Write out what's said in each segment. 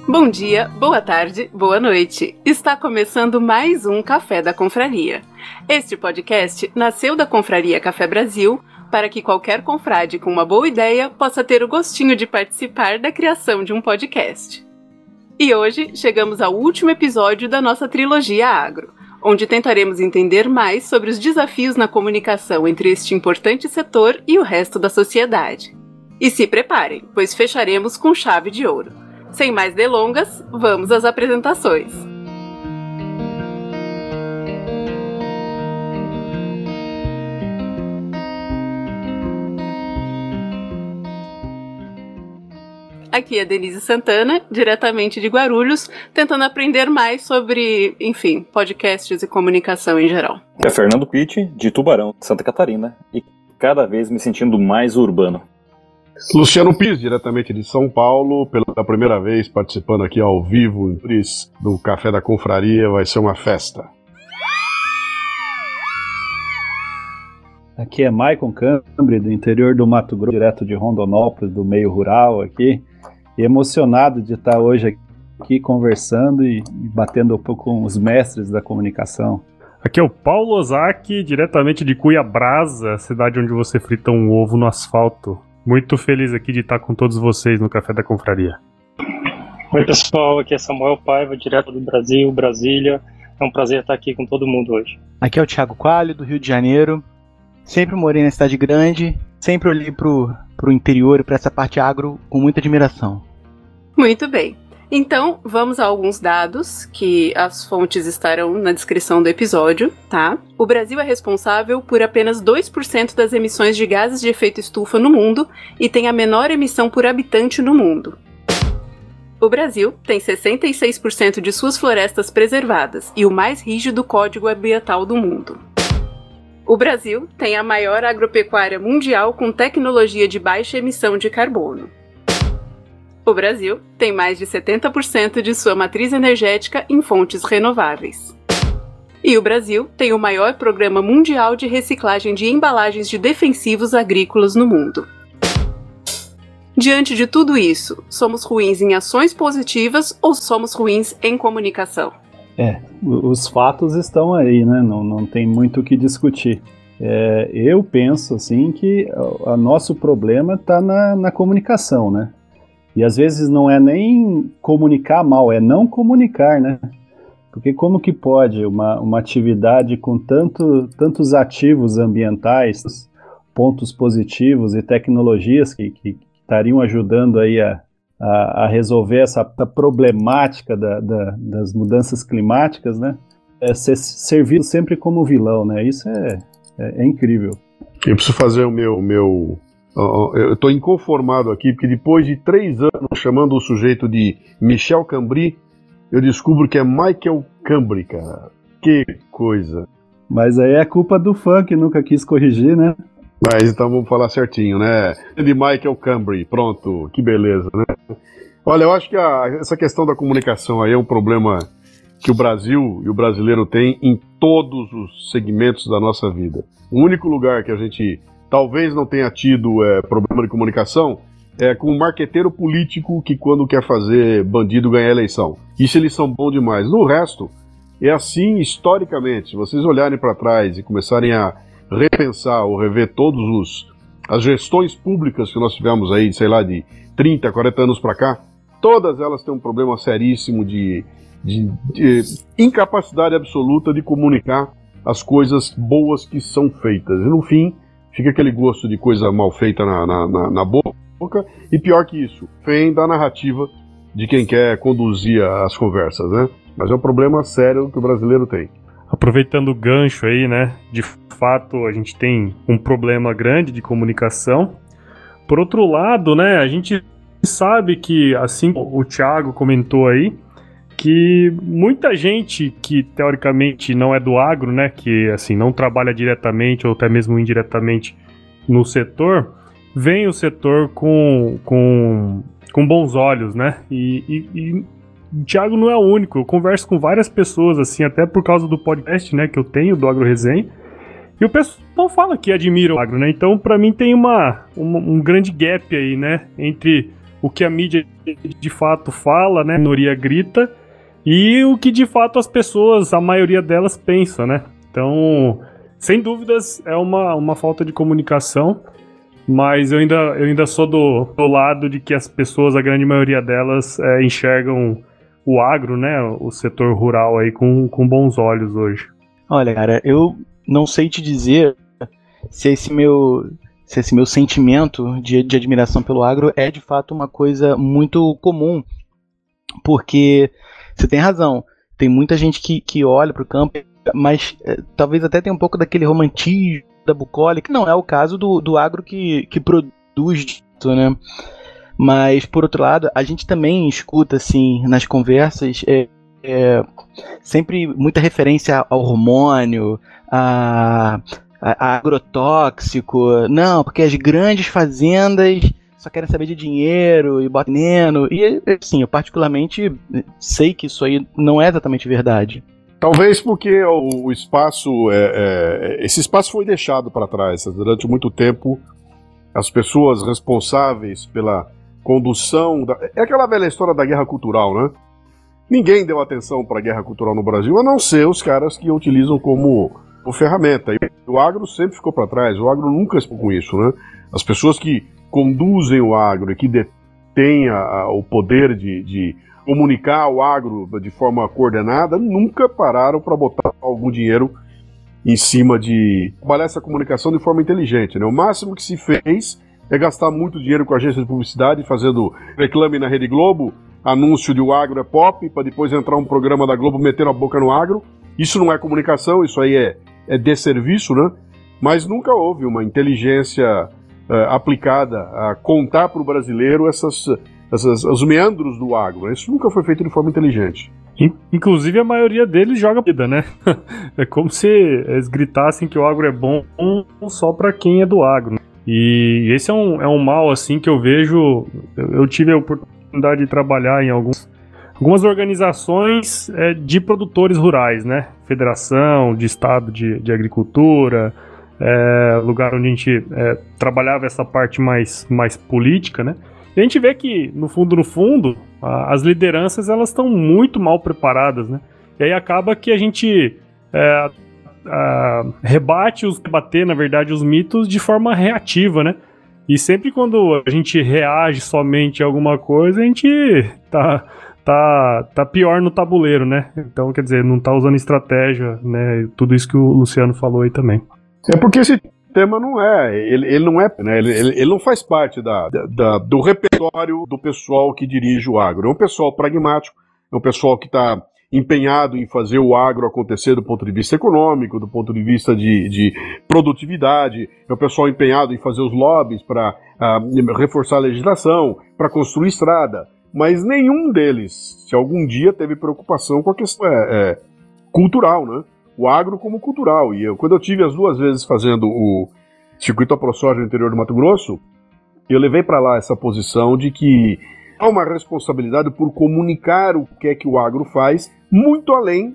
Bom dia, boa tarde, boa noite. Está começando mais um Café da Confraria. Este podcast nasceu da Confraria Café Brasil para que qualquer confrade com uma boa ideia possa ter o gostinho de participar da criação de um podcast. E hoje chegamos ao último episódio da nossa trilogia Agro, onde tentaremos entender mais sobre os desafios na comunicação entre este importante setor e o resto da sociedade. E se preparem, pois fecharemos com chave de ouro. Sem mais delongas, vamos às apresentações. Aqui é Denise Santana, diretamente de Guarulhos, tentando aprender mais sobre, enfim, podcasts e comunicação em geral. É Fernando Pitti, de Tubarão, Santa Catarina, e cada vez me sentindo mais urbano. Luciano Pires, diretamente de São Paulo, pela primeira vez participando aqui ao vivo do Café da Confraria, vai ser uma festa. Aqui é Maicon Cambri, do interior do Mato Grosso, direto de Rondonópolis, do meio rural aqui, e emocionado de estar hoje aqui conversando e batendo um pouco com os mestres da comunicação. Aqui é o Paulo Ozaki, diretamente de Cuiabrasa, cidade onde você frita um ovo no asfalto. Muito feliz aqui de estar com todos vocês no Café da Confraria. Oi pessoal, aqui é Samuel Paiva, direto do Brasil, Brasília. É um prazer estar aqui com todo mundo hoje. Aqui é o Thiago Coalho, do Rio de Janeiro. Sempre morei na cidade grande, sempre olhei pro interior e para essa parte agro com muita admiração. Muito bem. Então, vamos a alguns dados, que as fontes estarão na descrição do episódio, tá? O Brasil é responsável por apenas 2% das emissões de gases de efeito estufa no mundo e tem a menor emissão por habitante no mundo. O Brasil tem 66% de suas florestas preservadas e o mais rígido Código Ambiental do mundo. O Brasil tem a maior agropecuária mundial com tecnologia de baixa emissão de carbono. O Brasil tem mais de 70% de sua matriz energética em fontes renováveis. E o Brasil tem o maior programa mundial de reciclagem de embalagens de defensivos agrícolas no mundo. Diante de tudo isso, somos ruins em ações positivas ou somos ruins em comunicação? Os fatos estão aí, né? Não tem muito o que discutir. Eu penso assim que o nosso problema está na comunicação, né? E às vezes não é nem comunicar mal, é não comunicar, né? Porque como que pode uma atividade com tantos ativos ambientais, pontos positivos e tecnologias que estariam ajudando aí a resolver essa problemática das mudanças climáticas, né? Ser servido sempre como vilão, né? Isso é incrível. Eu preciso fazer o meu eu estou inconformado aqui, porque depois de 3 anos chamando o sujeito de Michel Cambry, eu descubro que é Michael Cambry, cara. Que coisa. Mas aí é culpa do fã que nunca quis corrigir, né? Mas então vamos falar certinho, né? De Michael Cambry, pronto, que beleza, né? Olha, eu acho que essa questão da comunicação aí é um problema que o Brasil e o brasileiro tem em todos os segmentos da nossa vida. O único lugar que a gente talvez não tenha tido problema de comunicação é com um marqueteiro político que quando quer fazer bandido ganhar eleição. Isso eles são bons demais. No resto, é assim historicamente. Se vocês olharem para trás e começarem a repensar ou rever as gestões públicas que nós tivemos aí, sei lá, de 30, 40 anos para cá, todas elas têm um problema seríssimo de incapacidade absoluta de comunicar as coisas boas que são feitas. E no fim, fica aquele gosto de coisa mal feita na boca, e pior que isso, vem da narrativa de quem quer conduzir as conversas, né? Mas é um problema sério que o brasileiro tem. Aproveitando o gancho aí, né? De fato, a gente tem um problema grande de comunicação. Por outro lado, né? A gente sabe que, assim como o Thiago comentou aí, que muita gente que teoricamente não é do agro, né, que assim não trabalha diretamente ou até mesmo indiretamente no setor, vem o setor com bons olhos, né? E o Thiago não é o único. Eu converso com várias pessoas assim, até por causa do podcast, né, que eu tenho do Agro Resenha. E o pessoal fala que admira o agro, né? Então, para mim tem um grande gap aí, né, entre o que a mídia de fato fala, né, a minoria grita, e o que de fato as pessoas, a maioria delas, pensa, né? Então, sem dúvidas, é uma falta de comunicação, mas eu ainda sou do lado de que as pessoas, a grande maioria delas, enxergam o agro, né, o setor rural aí com bons olhos hoje. Olha, cara, eu não sei te dizer se esse meu sentimento de admiração pelo agro é de fato uma coisa muito comum, porque você tem razão, tem muita gente que olha para o campo, mas talvez até tenha um pouco daquele romantismo da bucólica, que não é o caso do agro que produz isso, né? Mas, por outro lado, a gente também escuta, assim, nas conversas, sempre muita referência ao hormônio, a agrotóxico. Não, porque as grandes fazendas só querem saber de dinheiro e botam veneno. E, assim, eu particularmente sei que isso aí não é exatamente verdade. Talvez porque o espaço, esse espaço foi deixado para trás. Durante muito tempo, as pessoas responsáveis pela condução... É aquela velha história da guerra cultural, né? Ninguém deu atenção para a guerra cultural no Brasil, a não ser os caras que a utilizam como ferramenta. E o agro sempre ficou para trás, o agro nunca ficou com isso, né? As pessoas que conduzem o agro e que detêm o poder de comunicar o agro de forma coordenada, nunca pararam para botar algum dinheiro em cima de trabalhar essa comunicação de forma inteligente, né? O máximo que se fez é gastar muito dinheiro com a agência de publicidade, fazendo reclame na Rede Globo, anúncio de o agro é pop, para depois entrar um programa da Globo metendo a boca no agro. Isso não é comunicação, isso aí é desserviço, né? Mas nunca houve uma inteligência aplicada a contar para o brasileiro os meandros do agro, né? Isso nunca foi feito de forma inteligente. Inclusive a maioria deles joga vida, né? É como se eles gritassem que o agro é bom só para quem é do agro. E esse é um mal assim que eu vejo. Eu tive a oportunidade de trabalhar em algumas organizações de produtores rurais, né? Federação de Estado de Agricultura, lugar onde a gente trabalhava essa parte mais política, né? E a gente vê que, no fundo, as lideranças elas estão muito mal preparadas, né? E aí acaba que a gente rebater, na verdade, os mitos de forma reativa, né? E sempre quando a gente reage somente a alguma coisa, a gente tá pior no tabuleiro, né? Então, quer dizer, não tá usando estratégia, né? Tudo isso que o Luciano falou aí também. É porque esse tema não ele não é, né? Ele não faz parte do repertório do pessoal que dirige o agro. É um pessoal pragmático, é um pessoal que está empenhado em fazer o agro acontecer do ponto de vista econômico, do ponto de vista de produtividade, é um pessoal empenhado em fazer os lobbies para reforçar a legislação, para construir estrada, mas nenhum deles, se algum dia, teve preocupação com a questão cultural, né? O agro como cultural. E quando eu tive as 2 vezes fazendo o circuito AproSoja no interior do Mato Grosso, eu levei para lá essa posição de que há uma responsabilidade por comunicar o que é que o agro faz, muito além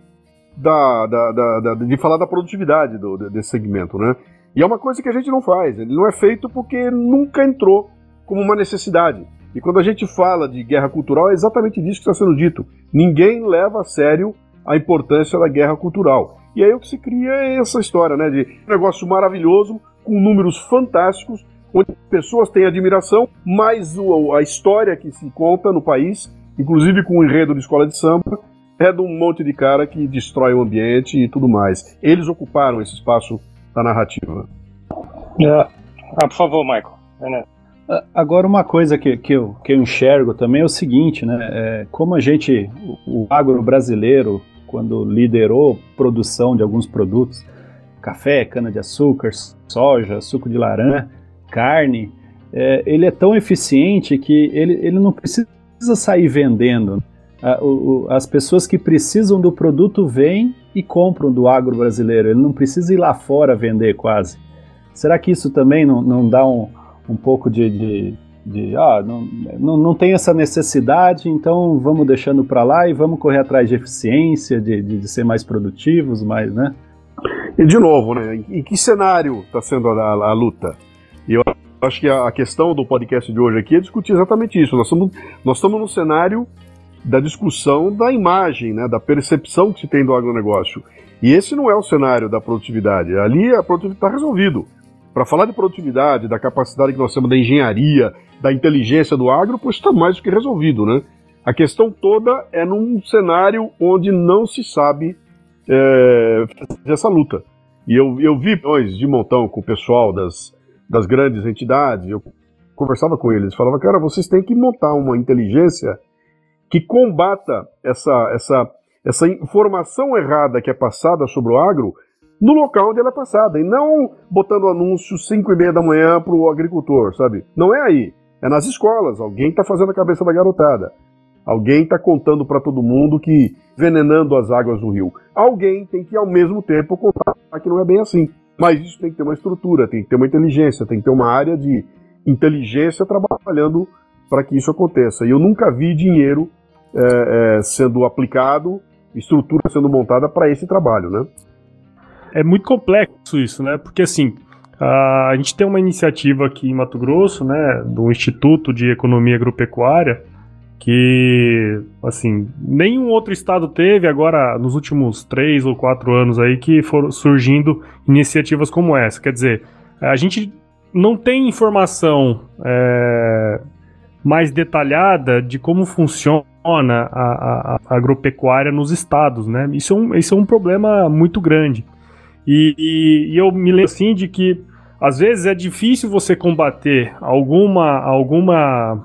de falar da produtividade desse segmento, né? E é uma coisa que a gente não faz. Ele não é feito porque nunca entrou como uma necessidade. E quando a gente fala de guerra cultural, é exatamente disso que está sendo dito. Ninguém leva a sério a importância da guerra cultural. E aí o que se cria é essa história, né, de um negócio maravilhoso, com números fantásticos, onde pessoas têm admiração, mas a história que se conta no país, inclusive com o enredo de escola de samba, é de um monte de cara que destrói o ambiente e tudo mais. Eles ocuparam esse espaço da narrativa. Por favor, Michael. Agora, uma coisa que eu enxergo também é o seguinte, né? Como o agro brasileiro, quando liderou produção de alguns produtos, café, cana-de-açúcar, soja, suco de laranja, carne, ele é tão eficiente que ele não precisa sair vendendo. As pessoas que precisam do produto vêm e compram do agro brasileiro, ele não precisa ir lá fora vender quase. Será que isso também não dá um pouco não tem essa necessidade, então vamos deixando para lá e vamos correr atrás de eficiência, de ser mais produtivos, né? E de novo, né, em que cenário está sendo a luta? E eu Acho que a questão do podcast de hoje aqui é discutir exatamente isso. Nós estamos no cenário da discussão da imagem, né, da percepção que se tem do agronegócio. E esse não é o cenário da produtividade. Ali a produtividade está resolvido. Para falar de produtividade, da capacidade que nós temos da engenharia, da inteligência do agro, pois está mais do que resolvido, né? A questão toda é num cenário onde não se sabe fazer essa luta. E eu vi de montão com o pessoal das grandes entidades, eu conversava com eles, falava, cara, vocês têm que montar uma inteligência que combata essa informação errada que é passada sobre o agro no local onde ela é passada, e não botando anúncio 5:30 da manhã para o agricultor, sabe? Não é aí, é nas escolas, alguém está fazendo a cabeça da garotada, alguém está contando para todo mundo que envenenando as águas do rio. Alguém tem que ao mesmo tempo contar que não é bem assim, mas isso tem que ter uma estrutura, tem que ter uma inteligência, tem que ter uma área de inteligência trabalhando para que isso aconteça. E eu nunca vi dinheiro sendo aplicado, estrutura sendo montada para esse trabalho, né? É muito complexo isso, né? Porque assim, a gente tem uma iniciativa aqui em Mato Grosso, né, do Instituto de Economia Agropecuária, que, assim, nenhum outro estado teve agora nos últimos 3 ou 4 anos aí que foram surgindo iniciativas como essa. Quer dizer, a gente não tem informação mais detalhada de como funciona a agropecuária nos estados, né? Isso é um problema muito grande. E eu me lembro assim de que às vezes é difícil você combater alguma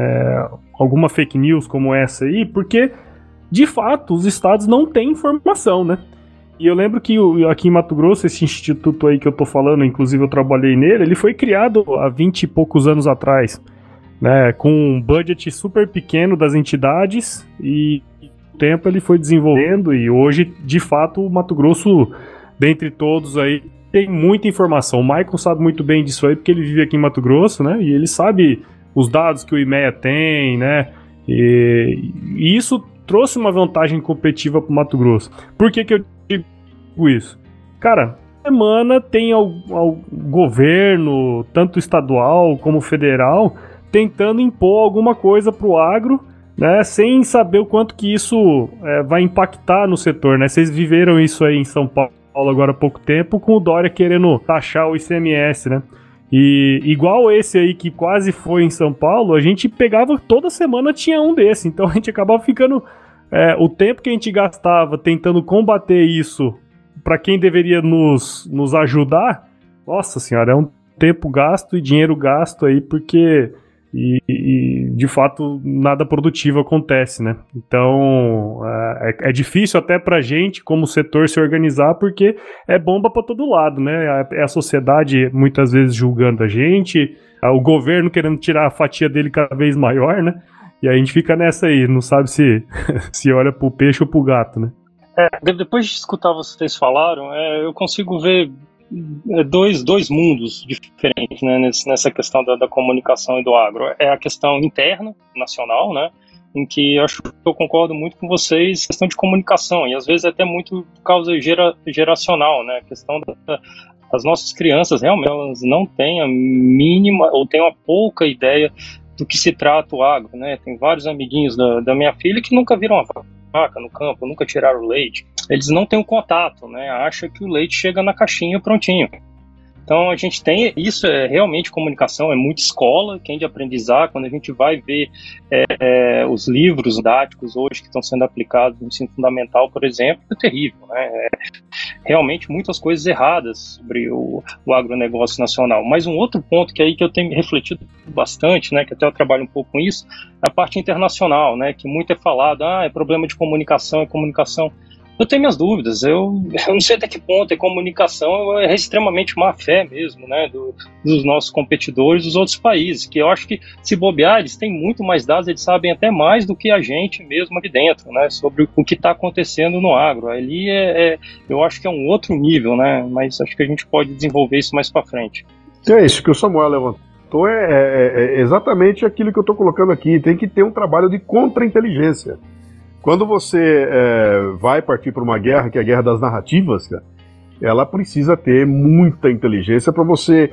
fake news como essa aí, porque de fato os estados não têm informação, né? E eu lembro que aqui em Mato Grosso, esse instituto aí que eu tô falando, inclusive eu trabalhei nele, ele foi criado há 20 e poucos anos atrás, né? Com um budget super pequeno das entidades, e com o tempo ele foi desenvolvendo, e hoje, de fato, o Mato Grosso, dentre todos aí, tem muita informação. O Michael sabe muito bem disso aí, porque ele vive aqui em Mato Grosso, né? E ele sabe os dados que o IMEA tem, né? E isso trouxe uma vantagem competitiva para o Mato Grosso. Por que eu digo isso? Cara, semana tem ao governo, tanto estadual como federal, tentando impor alguma coisa para o agro, né? Sem saber o quanto que isso vai impactar no setor, né? Vocês viveram isso aí em São Paulo agora há pouco tempo, com o Dória querendo taxar o ICMS, né? E igual esse aí que quase foi em São Paulo, a gente pegava, toda semana tinha um desse, então a gente acabava ficando, o tempo que a gente gastava tentando combater isso para quem deveria nos ajudar, nossa senhora, é um tempo gasto e dinheiro gasto aí, porque de fato nada produtivo acontece, né? Então é difícil até pra gente como setor se organizar, porque é bomba pra todo lado, né? É a sociedade muitas vezes julgando a gente, o governo querendo tirar a fatia dele cada vez maior, né? E a gente fica nessa aí, não sabe se olha pro peixe ou pro gato, né? Depois de escutar vocês falaram, eu consigo ver dois mundos diferentes, né, nessa questão da comunicação e do agro. É a questão interna, nacional, né, em que eu concordo muito com vocês, questão de comunicação, e às vezes até muito por causa geracional, né, a questão das nossas crianças, realmente, elas não têm a mínima, ou têm uma pouca ideia do que se trata o agro, né. Tem vários amiguinhos da minha filha que nunca viram uma vaca no campo, nunca tiraram o leite. Eles não têm um contato, né? Acha que o leite chega na caixinha prontinho. Então a gente tem, isso é realmente comunicação, é muito escola, que é de aprendizar. Quando a gente vai ver os livros didáticos hoje que estão sendo aplicados no ensino fundamental, por exemplo, é terrível, né? Realmente muitas coisas erradas sobre o agronegócio nacional. Mas um outro ponto que eu tenho refletido bastante, né, que até eu trabalho um pouco com isso, é a parte internacional, né, que muito é falado, é problema de comunicação, Eu tenho minhas dúvidas, eu não sei até que ponto é comunicação, é extremamente má fé mesmo, né, dos nossos competidores dos outros países, que eu acho que, se bobear, eles têm muito mais dados, eles sabem até mais do que a gente mesmo aqui dentro, né, sobre o que está acontecendo no agro. Ali eu acho que é um outro nível, né, mas acho que a gente pode desenvolver isso mais para frente. É isso que o Samuel levantou, é exatamente aquilo que eu estou colocando aqui, tem que ter um trabalho de contra-inteligência. Quando você vai partir para uma guerra, que é a guerra das narrativas, cara, ela precisa ter muita inteligência para você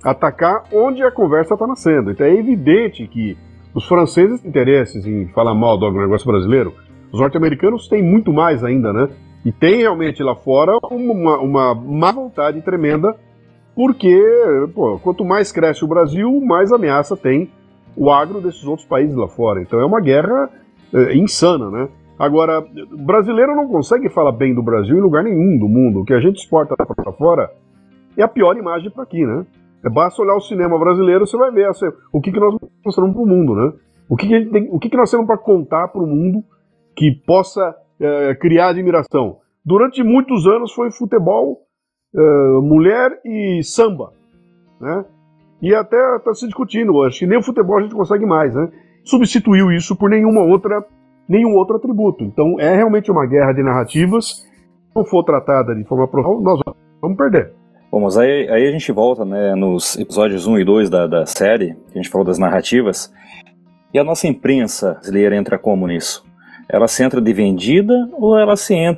atacar onde a conversa está nascendo. Então é evidente que os franceses têm interesses em falar mal do agronegócio brasileiro, os norte-americanos têm muito mais ainda, né? E tem realmente lá fora uma má vontade tremenda, porque quanto mais cresce o Brasil, mais ameaça tem o agro desses outros países lá fora. Então é uma guerra insana, né? Agora, o brasileiro não consegue falar bem do Brasil em lugar nenhum do mundo. O que a gente exporta para fora é a pior imagem para aqui, né? Basta olhar o cinema brasileiro, você vai ver o que nós mostramos para o mundo, né? O que nós temos para contar para o mundo que possa criar admiração. Durante muitos anos foi futebol, mulher e samba, né? E até está se discutindo, acho que nem o futebol a gente consegue mais, né? Substituiu isso por nenhum outro atributo. Então é realmente uma guerra de narrativas. Se não for tratada de forma profissional, nós vamos perder. Bom, mas aí a gente volta, né, nos episódios 1 e 2 da série, que a gente falou das narrativas, e a nossa imprensa brasileira entra como nisso? Ela se entra de vendida ou ela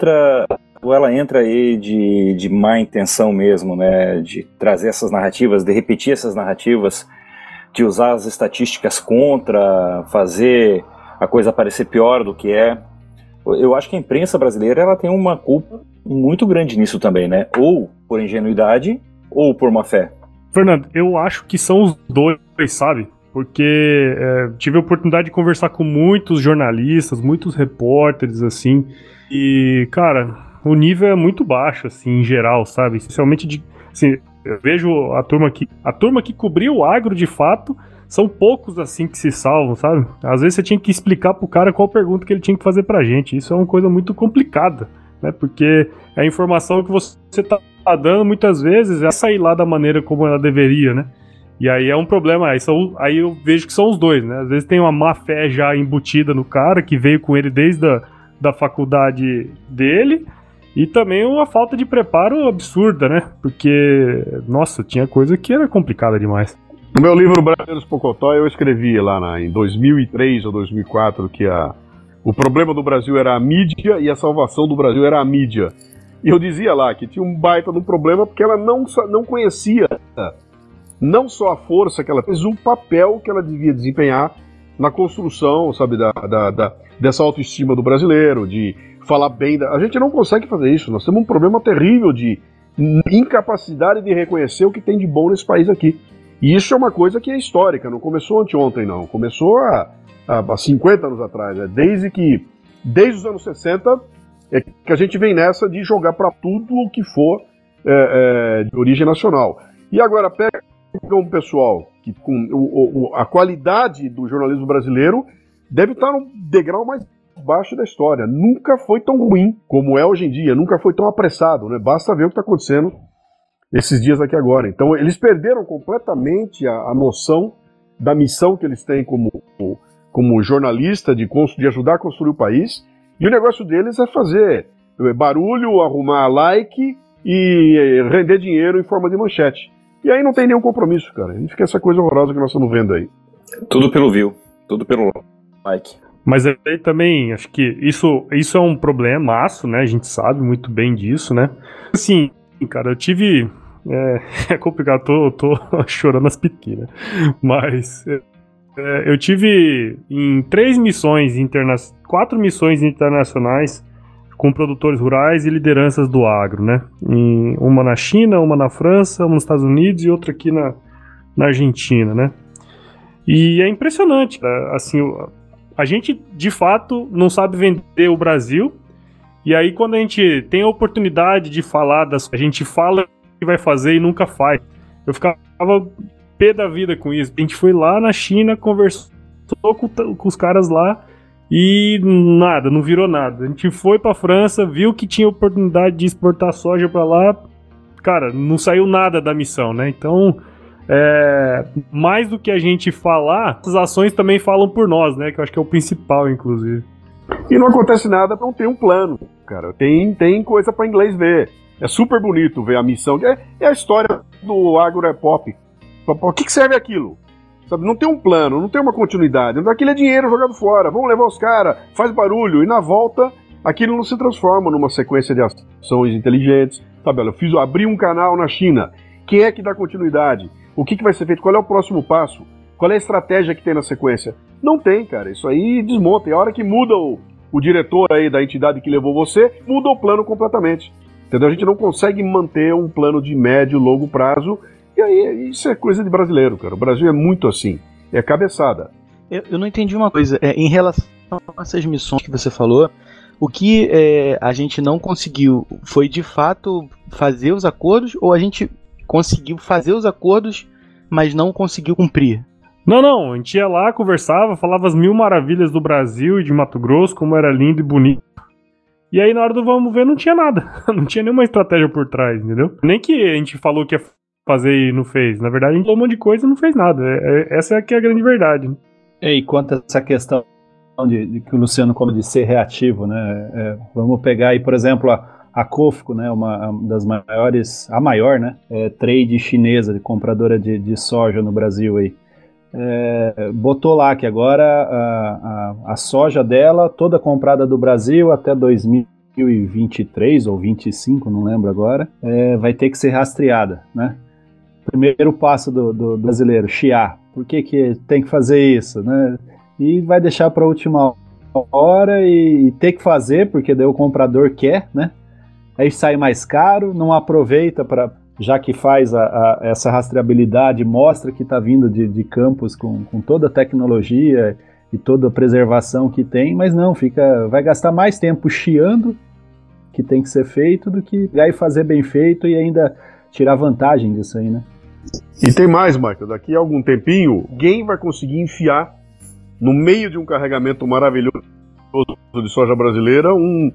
entra aí de má intenção mesmo, né, de trazer essas narrativas, de repetir essas narrativas, de usar as estatísticas contra, fazer a coisa parecer pior do que é? Eu acho que a imprensa brasileira ela tem uma culpa muito grande nisso também, né? Ou por ingenuidade, ou por má fé. Fernando, eu acho que são os dois, sabe? Porque tive a oportunidade de conversar com muitos jornalistas, muitos repórteres, assim, e, cara, o nível é muito baixo, assim, em geral, sabe? Especialmente assim, eu vejo a turma que cobriu o agro, de fato, são poucos, assim, que se salvam, sabe? Às vezes você tinha que explicar pro cara qual pergunta que ele tinha que fazer pra gente. Isso é uma coisa muito complicada, né? Porque a informação que você tá dando, muitas vezes, é sair lá da maneira como ela deveria, né? E aí é um problema. Aí eu vejo que são os dois, né? Às vezes tem uma má fé já embutida no cara, que veio com ele desde da faculdade dele, e também uma falta de preparo absurda, né? Porque, nossa, tinha coisa que era complicada demais. No meu livro Brasileiros Pocotó, eu escrevi lá em 2003 ou 2004 que o problema do Brasil era a mídia e a salvação do Brasil era a mídia. E eu dizia lá que tinha um baita de um problema porque ela não conhecia não só a força que ela fez, o papel que ela devia desempenhar na construção, sabe, dessa autoestima do brasileiro, de falar bem. A gente não consegue fazer isso, nós temos um problema terrível de incapacidade de reconhecer o que tem de bom nesse país aqui. E isso é uma coisa que é histórica, não começou anteontem, não. Começou há 50 anos atrás, né? Desde os anos 60 é que a gente vem nessa de jogar para tudo o que for de origem nacional. E agora pega um pessoal que com a qualidade do jornalismo brasileiro deve estar no degrau mais baixo da história. Nunca foi tão ruim como é hoje em dia, nunca foi tão apressado, né? Basta ver o que está acontecendo esses dias aqui agora. Então eles perderam completamente a noção da missão que eles têm como jornalista de ajudar a construir o país, e o negócio deles é fazer barulho, arrumar like e render dinheiro em forma de manchete. E aí não tem nenhum compromisso, cara. A gente fica essa coisa horrorosa que nós estamos vendo aí. Tudo pelo view, tudo pelo like. Mas aí também, acho que isso é um problemaço, né? A gente sabe muito bem disso, né? Assim, cara, eu tive... É complicado, tô chorando as piquinas. Mas eu tive em 4 missões internacionais com produtores rurais e lideranças do agro, né? Uma na China, uma na França, uma nos Estados Unidos e outra aqui na Argentina, né? E é impressionante, assim, a gente de fato não sabe vender o Brasil, e aí quando a gente tem a oportunidade de falar a gente fala que vai fazer e nunca faz. Eu ficava pé da vida com isso. A gente foi lá na China, conversou com os caras lá e nada, não virou nada. A gente foi pra França, viu que tinha oportunidade de exportar soja pra lá, cara, não saiu nada da missão, né? Então, mais do que a gente falar, as ações também falam por nós, né? Que eu acho que é o principal, inclusive. E não acontece nada pra não ter um plano, cara. Tem coisa pra inglês ver. É super bonito ver a missão. É a história do agro é pop. Por que serve aquilo? Sabe, não tem um plano, não tem uma continuidade. Aquilo é dinheiro jogado fora. Vamos levar os caras, faz barulho. E na volta, aquilo não se transforma numa sequência de ações inteligentes. Sabe, olha, abri um canal na China. Quem é que dá continuidade? O que vai ser feito? Qual é o próximo passo? Qual é a estratégia que tem na sequência? Não tem, cara. Isso aí desmonta. E a hora que muda o diretor aí da entidade que levou você, muda o plano completamente. Entendeu? A gente não consegue manter um plano de médio, longo prazo. E aí, isso é coisa de brasileiro, cara. O Brasil é muito assim. É cabeçada. Eu não entendi uma coisa. Em relação a essas missões que você falou, o que a gente não conseguiu foi, de fato, fazer os acordos, ou a gente conseguiu fazer os acordos, mas não conseguiu cumprir? Não, a gente ia lá, conversava, falava as 1000 maravilhas do Brasil e de Mato Grosso, como era lindo e bonito. E aí, na hora do vamos ver, não tinha nada. Não tinha nenhuma estratégia por trás, entendeu? Nem que a gente falou que ia fazer e não fez. Na verdade, a gente falou um monte de coisa e não fez nada. Essa é que é a grande verdade. Né? E quanto a essa questão de que o Luciano come de ser reativo, né? Vamos pegar aí, por exemplo, a Cofco, né? Uma das maiores, a maior, né? Trade chinesa, de compradora de soja no Brasil aí. Botou lá que agora a soja dela, toda comprada do Brasil até 2023 ou 25, não lembro agora, vai ter que ser rastreada, né? Primeiro passo do brasileiro, chiar. Por que tem que fazer isso, né? E vai deixar para a última hora e ter que fazer, porque daí o comprador quer, né? Aí sai mais caro, não aproveita para... Já que faz essa rastreabilidade, mostra que está vindo de campos com toda a tecnologia e toda a preservação que tem, mas não, vai gastar mais tempo chiando que tem que ser feito do que aí fazer bem feito e ainda tirar vantagem disso aí, né? E tem mais, Michael, daqui a algum tempinho, alguém vai conseguir enfiar no meio de um carregamento maravilhoso de soja brasileira um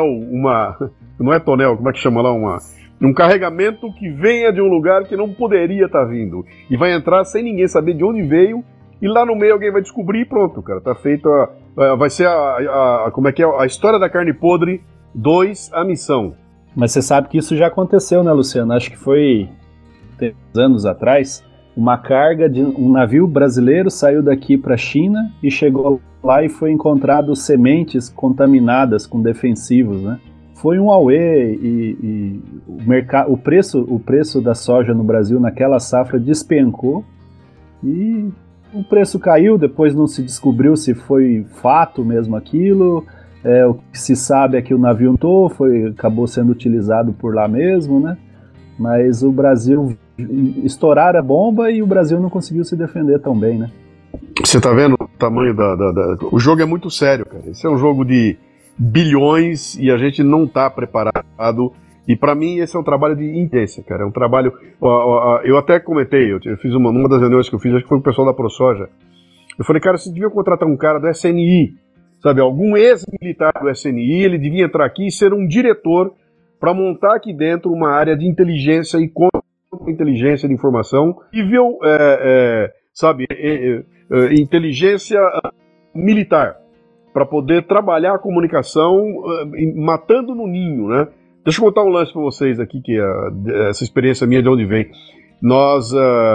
não é tonel, como é que chama lá, um carregamento que venha de um lugar que não poderia estar vindo. E vai entrar sem ninguém saber de onde veio. E lá no meio alguém vai descobrir e pronto, cara. Tá feito vai ser como é que é? A história da carne podre 2, a missão. Mas você sabe que isso já aconteceu, né, Luciano? Acho que foi 3 anos atrás. Uma carga de um navio brasileiro saiu daqui para a China e chegou lá e foi encontrado sementes contaminadas com defensivos, né? Foi um auê e o preço da soja no Brasil naquela safra despencou e o preço caiu, depois não se descobriu se foi fato mesmo aquilo, o que se sabe é que o navio acabou sendo utilizado por lá mesmo, né? Mas o Brasil estouraram a bomba e o Brasil não conseguiu se defender tão bem, né? Você tá vendo o tamanho O jogo é muito sério, cara. Esse é um jogo de bilhões e a gente não está preparado. E para mim esse é um trabalho de inteligência, cara. É um trabalho. Eu até comentei, eu fiz numa das reuniões que eu fiz, acho que foi com o pessoal da ProSoja. Eu falei, cara, você devia contratar um cara do SNI, sabe? Algum ex-militar do SNI, ele devia entrar aqui e ser um diretor para montar aqui dentro uma área de inteligência e contra-inteligência de informação, nível, sabe, inteligência militar, para poder trabalhar a comunicação matando no ninho, né? Deixa eu contar um lance para vocês aqui, que essa experiência minha de onde vem. Nós,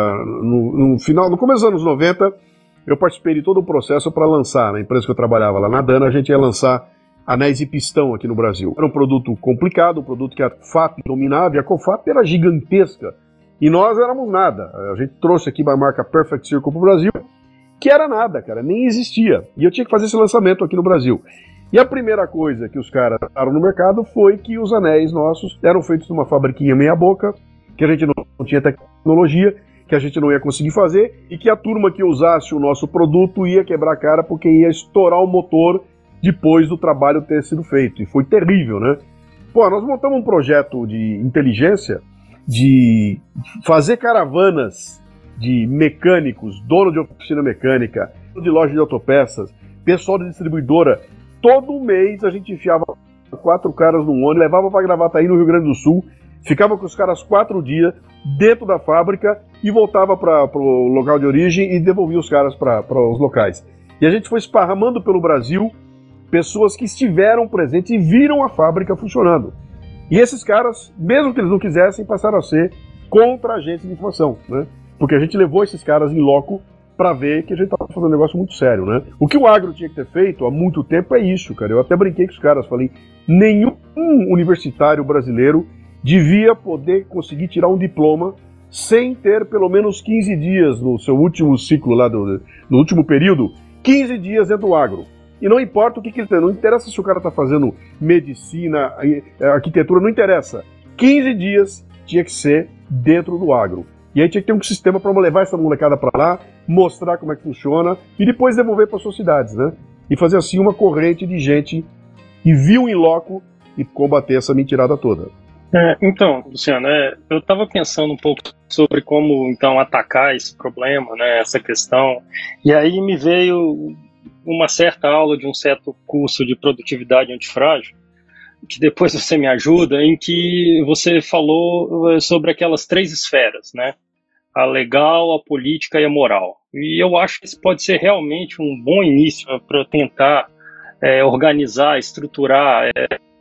no começo dos anos 90, eu participei de todo o processo para lançar, na empresa que eu trabalhava lá na Dana, a gente ia lançar anéis e pistão aqui no Brasil. Era um produto complicado, um produto que a FAP dominava, e a COFAP era gigantesca, e nós éramos nada. A gente trouxe aqui a marca Perfect Circle para o Brasil, que era nada, cara, nem existia. E eu tinha que fazer esse lançamento aqui no Brasil. E a primeira coisa que os caras daram no mercado foi que os anéis nossos eram feitos numa fabriquinha meia boca, que a gente não tinha tecnologia, que a gente não ia conseguir fazer, e que a turma que usasse o nosso produto ia quebrar a cara porque ia estourar o motor depois do trabalho ter sido feito. E foi terrível, né? Pô, nós montamos um projeto de inteligência de fazer caravanas de mecânicos, dono de oficina mecânica, de loja de autopeças, pessoal de distribuidora. Todo mês a gente enfiava 4 caras num ônibus, levava para Gravataí, no Rio Grande do Sul, ficava com os caras 4 dias dentro da fábrica e voltava para o local de origem e devolvia os caras para os locais. E a gente foi esparramando pelo Brasil pessoas que estiveram presentes e viram a fábrica funcionando. E esses caras, mesmo que eles não quisessem, passaram a ser contra-agentes de informação, né? Porque a gente levou esses caras em loco para ver que a gente estava fazendo um negócio muito sério, né? O que o agro tinha que ter feito há muito tempo é isso, cara. Eu até brinquei com os caras, falei, nenhum universitário brasileiro devia poder conseguir tirar um diploma sem ter pelo menos 15 dias no seu último ciclo lá, no último período, 15 dias dentro do agro. E não importa o que ele tem, não interessa se o cara está fazendo medicina, arquitetura, não interessa. 15 dias tinha que ser dentro do agro. E aí tinha que ter um sistema para levar essa molecada para lá, mostrar como é que funciona e depois devolver para suas cidades, né? E fazer assim uma corrente de gente que viu em loco e combater essa mentirada toda. Então, Luciano, eu estava pensando um pouco sobre como então atacar esse problema, né, essa questão, e aí me veio uma certa aula de um certo curso de produtividade antifrágil, que depois você me ajuda, em que você falou sobre aquelas 3 esferas, né? A legal, a política e a moral. E eu acho que isso pode ser realmente um bom início para tentar organizar, estruturar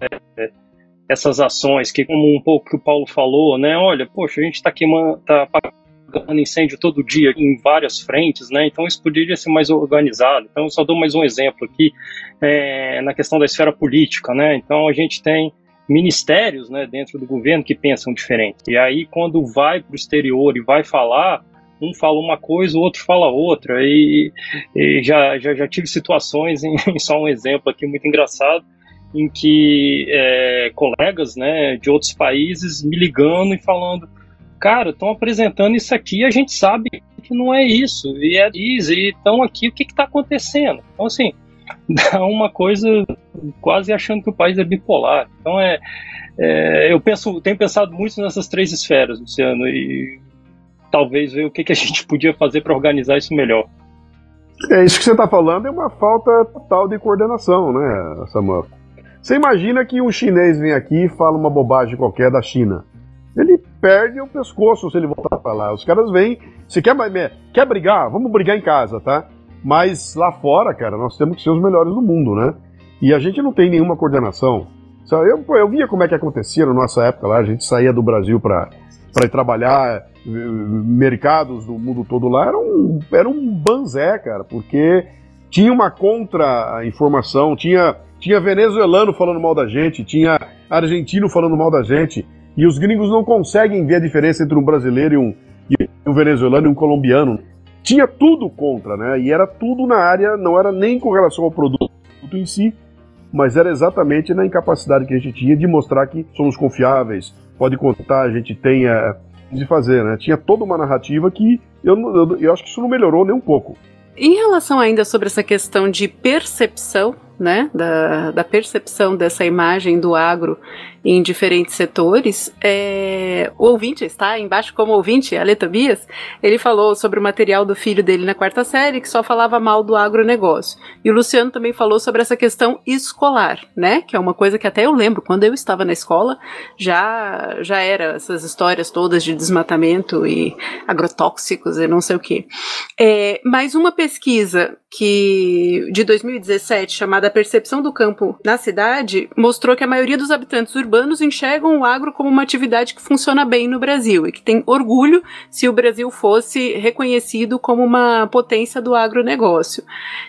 essas ações, que como um pouco que o Paulo falou, né? Olha, poxa, a gente está apagando incêndio todo dia em várias frentes, né? Então isso poderia ser mais organizado. Então eu só dou mais um exemplo aqui na questão da esfera política, né? Então a gente tem ministérios, né, dentro do governo que pensam diferente. E aí quando vai para o exterior e vai falar, um fala uma coisa, o outro fala outra. E já tive situações, só um exemplo aqui muito engraçado, em que colegas, né, de outros países me ligando e falando: cara, estão apresentando isso aqui e a gente sabe que não é isso, e estão aqui, o que está acontecendo? Então, assim, dá uma coisa quase achando que o país é bipolar. Então, eu tenho pensado muito nessas 3 esferas, Luciano, e talvez ver o que a gente podia fazer para organizar isso melhor. Isso que você está falando é uma falta total de coordenação, né, Samuel? Você imagina que um chinês vem aqui e fala uma bobagem qualquer da China. Ele perde o pescoço se ele voltar para lá. Os caras vêm, você quer brigar? Vamos brigar em casa, tá? Mas lá fora, cara, nós temos que ser os melhores do mundo, né? E a gente não tem nenhuma coordenação. Eu via como é que acontecia na nossa época lá, a gente saía do Brasil para ir trabalhar, mercados do mundo todo lá, era um banzé, cara, porque tinha uma contra-informação, tinha venezuelano falando mal da gente, tinha argentino falando mal da gente, e os gringos não conseguem ver a diferença entre um brasileiro e um venezuelano e um colombiano. Tinha tudo contra, né? E era tudo na área, não era nem com relação ao produto em si, mas era exatamente na incapacidade que a gente tinha de mostrar que somos confiáveis, pode contar, a gente tem de fazer, né? Tinha toda uma narrativa que eu acho que isso não melhorou nem um pouco. Em relação ainda sobre essa questão de percepção, né, da percepção dessa imagem do agro em diferentes setores, o ouvinte está embaixo como ouvinte, Ale Tobias, ele falou sobre o material do filho dele na 4ª série, que só falava mal do agronegócio. E o Luciano também falou sobre essa questão escolar, né, que é uma coisa que até eu lembro, quando eu estava na escola, já era essas histórias todas de desmatamento e agrotóxicos e não sei o quê. Mas uma pesquisa de 2017, chamada Percepção do Campo na Cidade, mostrou que a maioria dos habitantes urbanos enxergam o agro como uma atividade que funciona bem no Brasil e que tem orgulho se o Brasil fosse reconhecido como uma potência do agronegócio.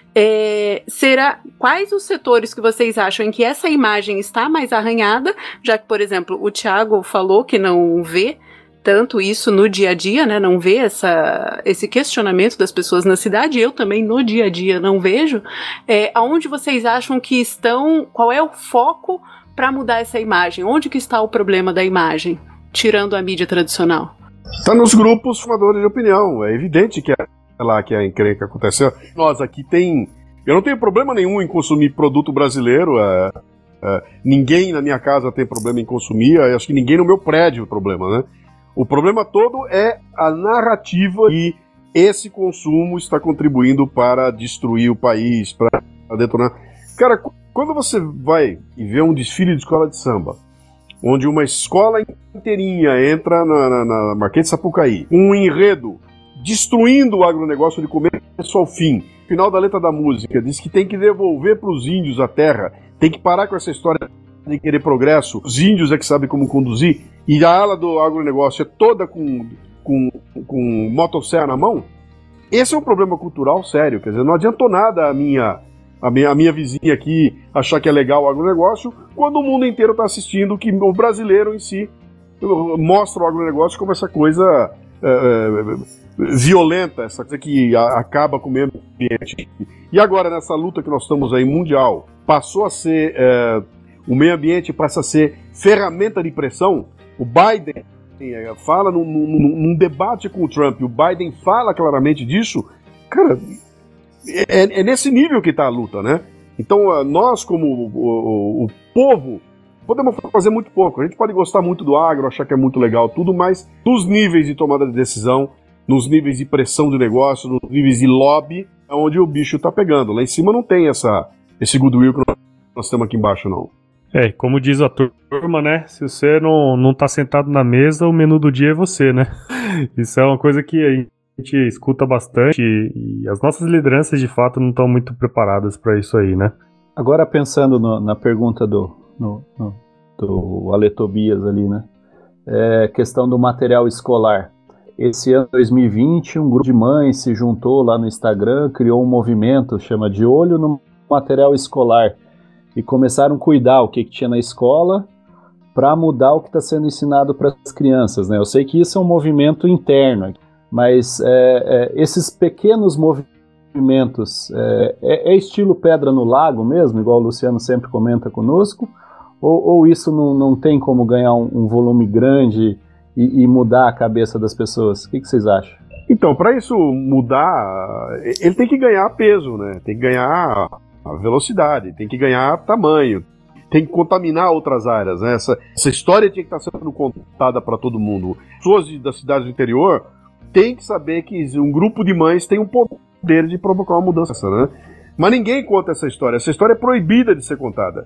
Quais os setores que vocês acham em que essa imagem está mais arranhada, já que, por exemplo, o Thiago falou que não vê tanto isso no dia a dia, né, não vê esse questionamento das pessoas na cidade, eu também no dia a dia não vejo. Aonde vocês acham que estão, qual é o foco para mudar essa imagem? Onde que está o problema da imagem, tirando a mídia tradicional? Está nos grupos formadores de opinião, é evidente que é lá que a encrenca aconteceu. Nós aqui eu não tenho problema nenhum em consumir produto brasileiro, ninguém na minha casa tem problema em consumir, acho que ninguém no meu prédio tem problema, né? O problema todo é a narrativa e esse consumo está contribuindo para destruir o país, para detonar. Cara, quando você vai e vê um desfile de escola de samba, onde uma escola inteirinha entra na Marquês de Sapucaí, um enredo destruindo o agronegócio de começo ao fim, final da letra da música, diz que tem que devolver para os índios a terra, tem que parar com essa história de querer progresso, os índios é que sabem como conduzir, e a ala do agronegócio é toda com motosserra na mão. Esse é um problema cultural sério, quer dizer, não adiantou nada a minha vizinha aqui achar que é legal o agronegócio, quando o mundo inteiro está assistindo que o brasileiro em si mostra o agronegócio como essa coisa violenta, essa coisa que acaba com o meio ambiente. E agora, nessa luta que nós estamos aí mundial, passou a ser, o meio ambiente passa a ser ferramenta de pressão. O Biden fala num debate com o Trump, o Biden fala claramente disso. Cara, é nesse nível que está a luta, né? Então, nós, como o povo, podemos fazer muito pouco. A gente pode gostar muito do agro, achar que é muito legal tudo, mas nos níveis de tomada de decisão, nos níveis de pressão de negócio, nos níveis de lobby, é onde o bicho tá pegando. Lá em cima não tem esse goodwill que nós temos aqui embaixo, não. Como diz a turma, né? Se você não tá sentado na mesa, o menu do dia é você, né? Isso é uma coisa que a gente escuta bastante e as nossas lideranças, de fato, não estão muito preparadas para isso aí, né? Agora, pensando na pergunta do Ale Tobias ali, né? Questão do material escolar. Esse ano, 2020, um grupo de mães se juntou lá no Instagram, criou um movimento, chama De Olho no Material Escolar, e começaram a cuidar o que tinha na escola para mudar o que está sendo ensinado para as crianças, né? Eu sei que isso é um movimento interno, mas esses pequenos movimentos, é estilo pedra no lago mesmo, igual o Luciano sempre comenta conosco, ou isso não tem como ganhar um volume grande e mudar a cabeça das pessoas? O que vocês acham? Então, para isso mudar, ele tem que ganhar peso, né? Tem que ganhar a velocidade, tem que ganhar tamanho, tem que contaminar outras áreas, né? Essa história tinha que estar sendo contada para todo mundo. Pessoas das cidades do interior têm que saber que um grupo de mães tem um poder de provocar uma mudança, né? Mas ninguém conta essa história. Essa história é proibida de ser contada.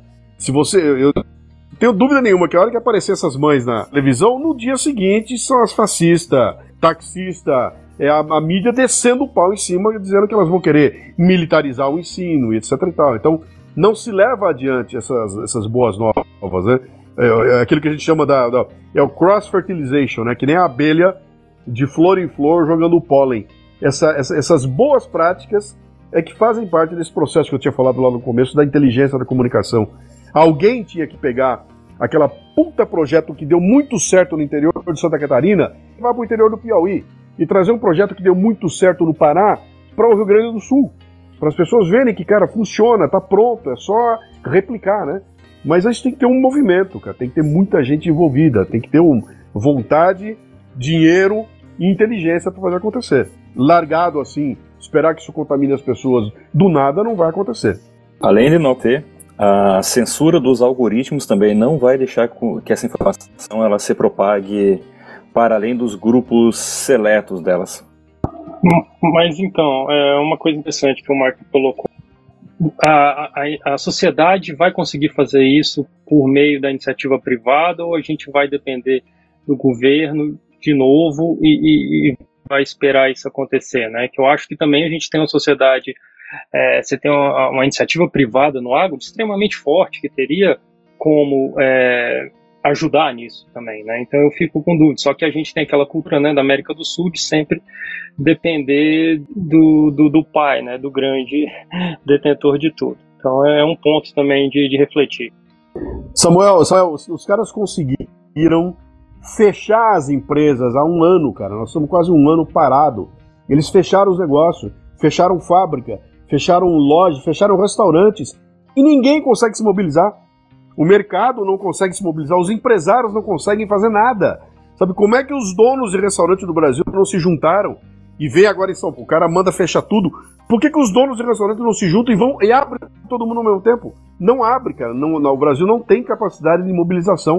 Eu tenho dúvida nenhuma que a hora que aparecer essas mães na televisão, no dia seguinte são as fascistas, taxistas, a mídia descendo o pau em cima, dizendo que elas vão querer militarizar o ensino e etc e tal. Então, não se leva adiante essas boas novas, né? Aquilo que a gente chama é o cross-fertilization, né? Que nem a abelha de flor em flor jogando o pólen. Essas boas práticas é que fazem parte desse processo que eu tinha falado lá no começo, da inteligência da comunicação. Alguém tinha que pegar aquela puta projeto que deu muito certo no interior de Santa Catarina e vai para o interior do Piauí e trazer um projeto que deu muito certo no Pará para o Rio Grande do Sul. Para as pessoas verem que, cara, funciona, tá pronto, é só replicar, né? Mas a gente tem que ter um movimento, cara, tem que ter muita gente envolvida, tem que ter vontade, dinheiro e inteligência para fazer acontecer. Largado assim, esperar que isso contamine as pessoas do nada, não vai acontecer. Além de não ter, a censura dos algoritmos também não vai deixar que essa informação ela se propague para além dos grupos seletos delas. Mas então, é uma coisa interessante que o Marco colocou. A sociedade vai conseguir fazer isso por meio da iniciativa privada ou a gente vai depender do governo de novo e vai esperar isso acontecer, né? Que eu acho que também a gente tem uma sociedade... você tem uma iniciativa privada no agro extremamente forte que teria como ajudar nisso também, né? Então eu fico com dúvida. Só que a gente tem aquela cultura, né, da América do Sul de sempre depender do pai, né, do grande detentor de tudo. Então é um ponto também de refletir. Samuel, os caras conseguiram fechar as empresas há um ano, cara. Nós estamos quase um ano parado. Eles fecharam os negócios, fecharam fábrica, fecharam lojas, fecharam restaurantes e ninguém consegue se mobilizar. O mercado não consegue se mobilizar, os empresários não conseguem fazer nada. Sabe como é que os donos de restaurante do Brasil não se juntaram e vem agora em São Paulo, o cara manda fechar tudo? Por que os donos de restaurante não se juntam e abrem todo mundo ao mesmo tempo? Não abre, cara. O Brasil não tem capacidade de mobilização.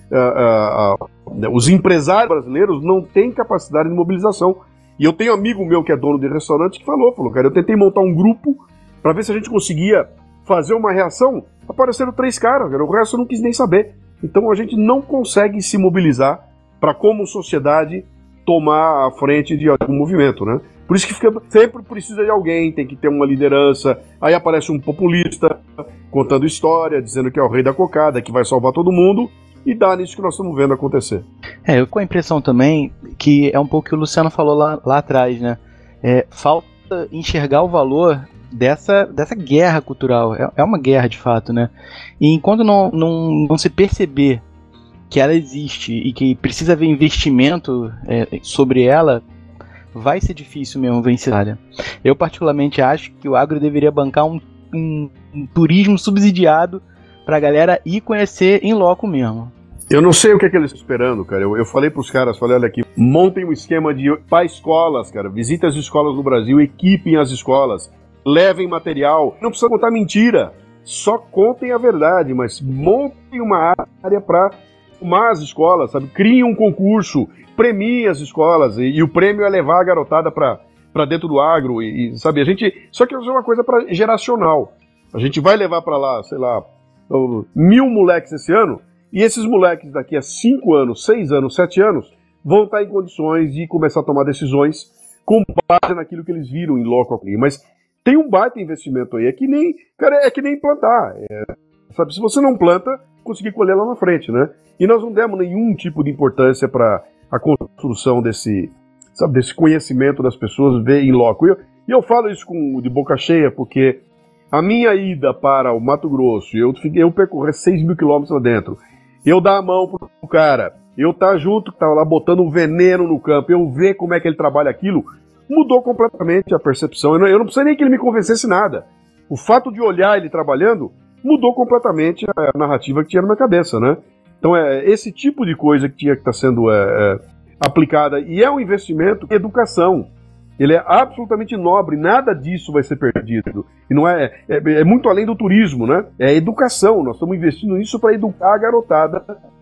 Os empresários brasileiros não têm capacidade de mobilização. E eu tenho um amigo meu que é dono de restaurante que falou, cara, eu tentei montar um grupo para ver se a gente conseguia fazer uma reação, apareceram 3 caras, cara, o resto eu não quis nem saber. Então a gente não consegue se mobilizar para, como sociedade, tomar a frente de algum movimento, né? Por isso que sempre precisa de alguém, tem que ter uma liderança, aí aparece um populista contando história, dizendo que é o rei da cocada, que vai salvar todo mundo, e dá nisso que nós estamos vendo acontecer. Eu com a impressão também que é um pouco o que o Luciano falou lá atrás, né? Falta enxergar o valor dessa guerra cultural. É uma guerra de fato, né? E enquanto não se perceber que ela existe e que precisa haver investimento sobre ela, vai ser difícil mesmo vencer a área. Eu particularmente acho que o agro deveria bancar um turismo subsidiado pra galera ir conhecer em loco mesmo. Eu não sei o que eles estão esperando, cara. Eu falei pros caras, olha aqui, montem um esquema para escolas, cara. Visitem as escolas no Brasil, equipem as escolas, levem material. Não precisa contar mentira, só contem a verdade, mas montem uma área para arrumar as escolas, sabe? Criem um concurso, premiem as escolas, e o prêmio é levar a garotada para dentro do agro, e sabe? Só que é uma coisa geracional. A gente vai levar para lá, sei lá, 1000 moleques esse ano, e esses moleques daqui a 5 anos, 6 anos, 7 anos, vão estar em condições de começar a tomar decisões com base naquilo que eles viram em loco. Mas tem um baita investimento aí, é que nem plantar. Sabe, se você não planta, conseguir colher lá na frente, né? E nós não demos nenhum tipo de importância para a construção desse conhecimento das pessoas ver em loco. E eu falo isso de boca cheia, porque a minha ida para o Mato Grosso, eu percorrer 6.000 quilômetros lá dentro, eu dar a mão pro cara, eu tá junto, que tava lá botando um veneno no campo, eu ver como é que ele trabalha aquilo, mudou completamente a percepção. Eu não precisei nem que ele me convencesse nada. O fato de olhar ele trabalhando mudou completamente a narrativa que tinha na minha cabeça, né? Então esse tipo de coisa que tinha que estar sendo aplicada, e é um investimento em educação. Ele é absolutamente nobre, nada disso vai ser perdido. E não é muito além do turismo, né? É educação, nós estamos investindo nisso para educar a garotada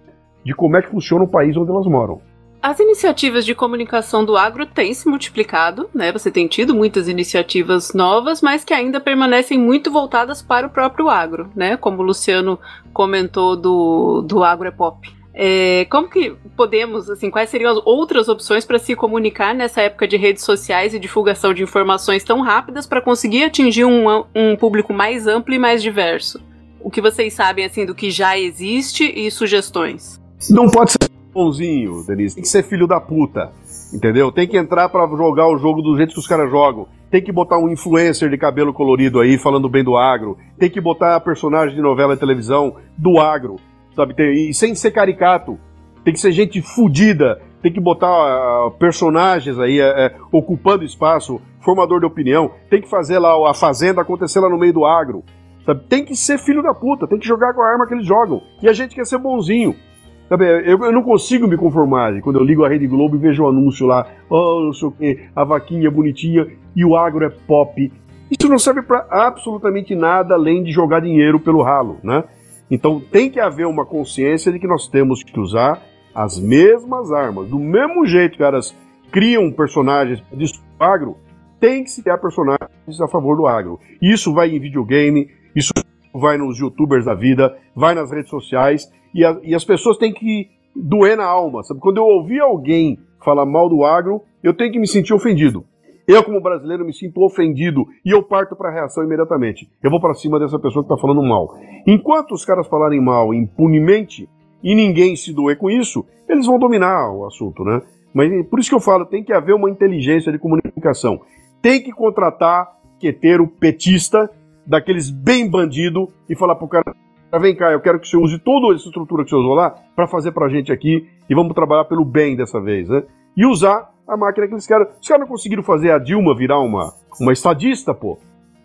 de como é que funciona o país onde elas moram. As iniciativas de comunicação do agro têm se multiplicado, né? Você tem tido muitas iniciativas novas, mas que ainda permanecem muito voltadas para o próprio agro, né? Como o Luciano comentou do Agro é Pop. Como que podemos, assim, quais seriam as outras opções para se comunicar nessa época de redes sociais e divulgação de informações tão rápidas para conseguir atingir um público mais amplo e mais diverso? O que vocês sabem, assim, do que já existe e sugestões? Não pode ser bonzinho, Denise. Tem que ser filho da puta, entendeu? Tem que entrar para jogar o jogo do jeito que os caras jogam. Tem que botar um influencer de cabelo colorido aí falando bem do agro. Tem que botar personagem de novela de televisão do agro. Sabe, e sem ser caricato, tem que ser gente fodida, tem que botar personagens aí ocupando espaço, formador de opinião, tem que fazer lá a fazenda acontecer lá no meio do agro, sabe? Tem que ser filho da puta, tem que jogar com a arma que eles jogam, e a gente quer ser bonzinho, sabe? Eu não consigo me conformar quando eu ligo a Rede Globo e vejo o anúncio lá, não sei o que, a vaquinha bonitinha e o agro é pop. Isso não serve pra absolutamente nada além de jogar dinheiro pelo ralo, né? Então tem que haver uma consciência de que nós temos que usar as mesmas armas. Do mesmo jeito que caras criam personagens de agro, tem que se criar personagens a favor do agro. Isso vai em videogame, isso vai nos youtubers da vida, vai nas redes sociais, e as pessoas têm que doer na alma. Sabe? Quando eu ouvir alguém falar mal do agro, eu tenho que me sentir ofendido. Eu, como brasileiro, me sinto ofendido e eu parto para a reação imediatamente. Eu vou para cima dessa pessoa que está falando mal. Enquanto os caras falarem mal impunemente e ninguém se doer com isso, eles vão dominar o assunto, né? Mas por isso que eu falo, tem que haver uma inteligência de comunicação. Tem que contratar queteiro petista, daqueles bem bandido, e falar pro cara, vem cá, eu quero que você use toda essa estrutura que você usou lá para fazer pra gente aqui e vamos trabalhar pelo bem dessa vez, né? E usar a máquina que eles querem. Os caras não conseguiram fazer a Dilma virar uma estadista, pô.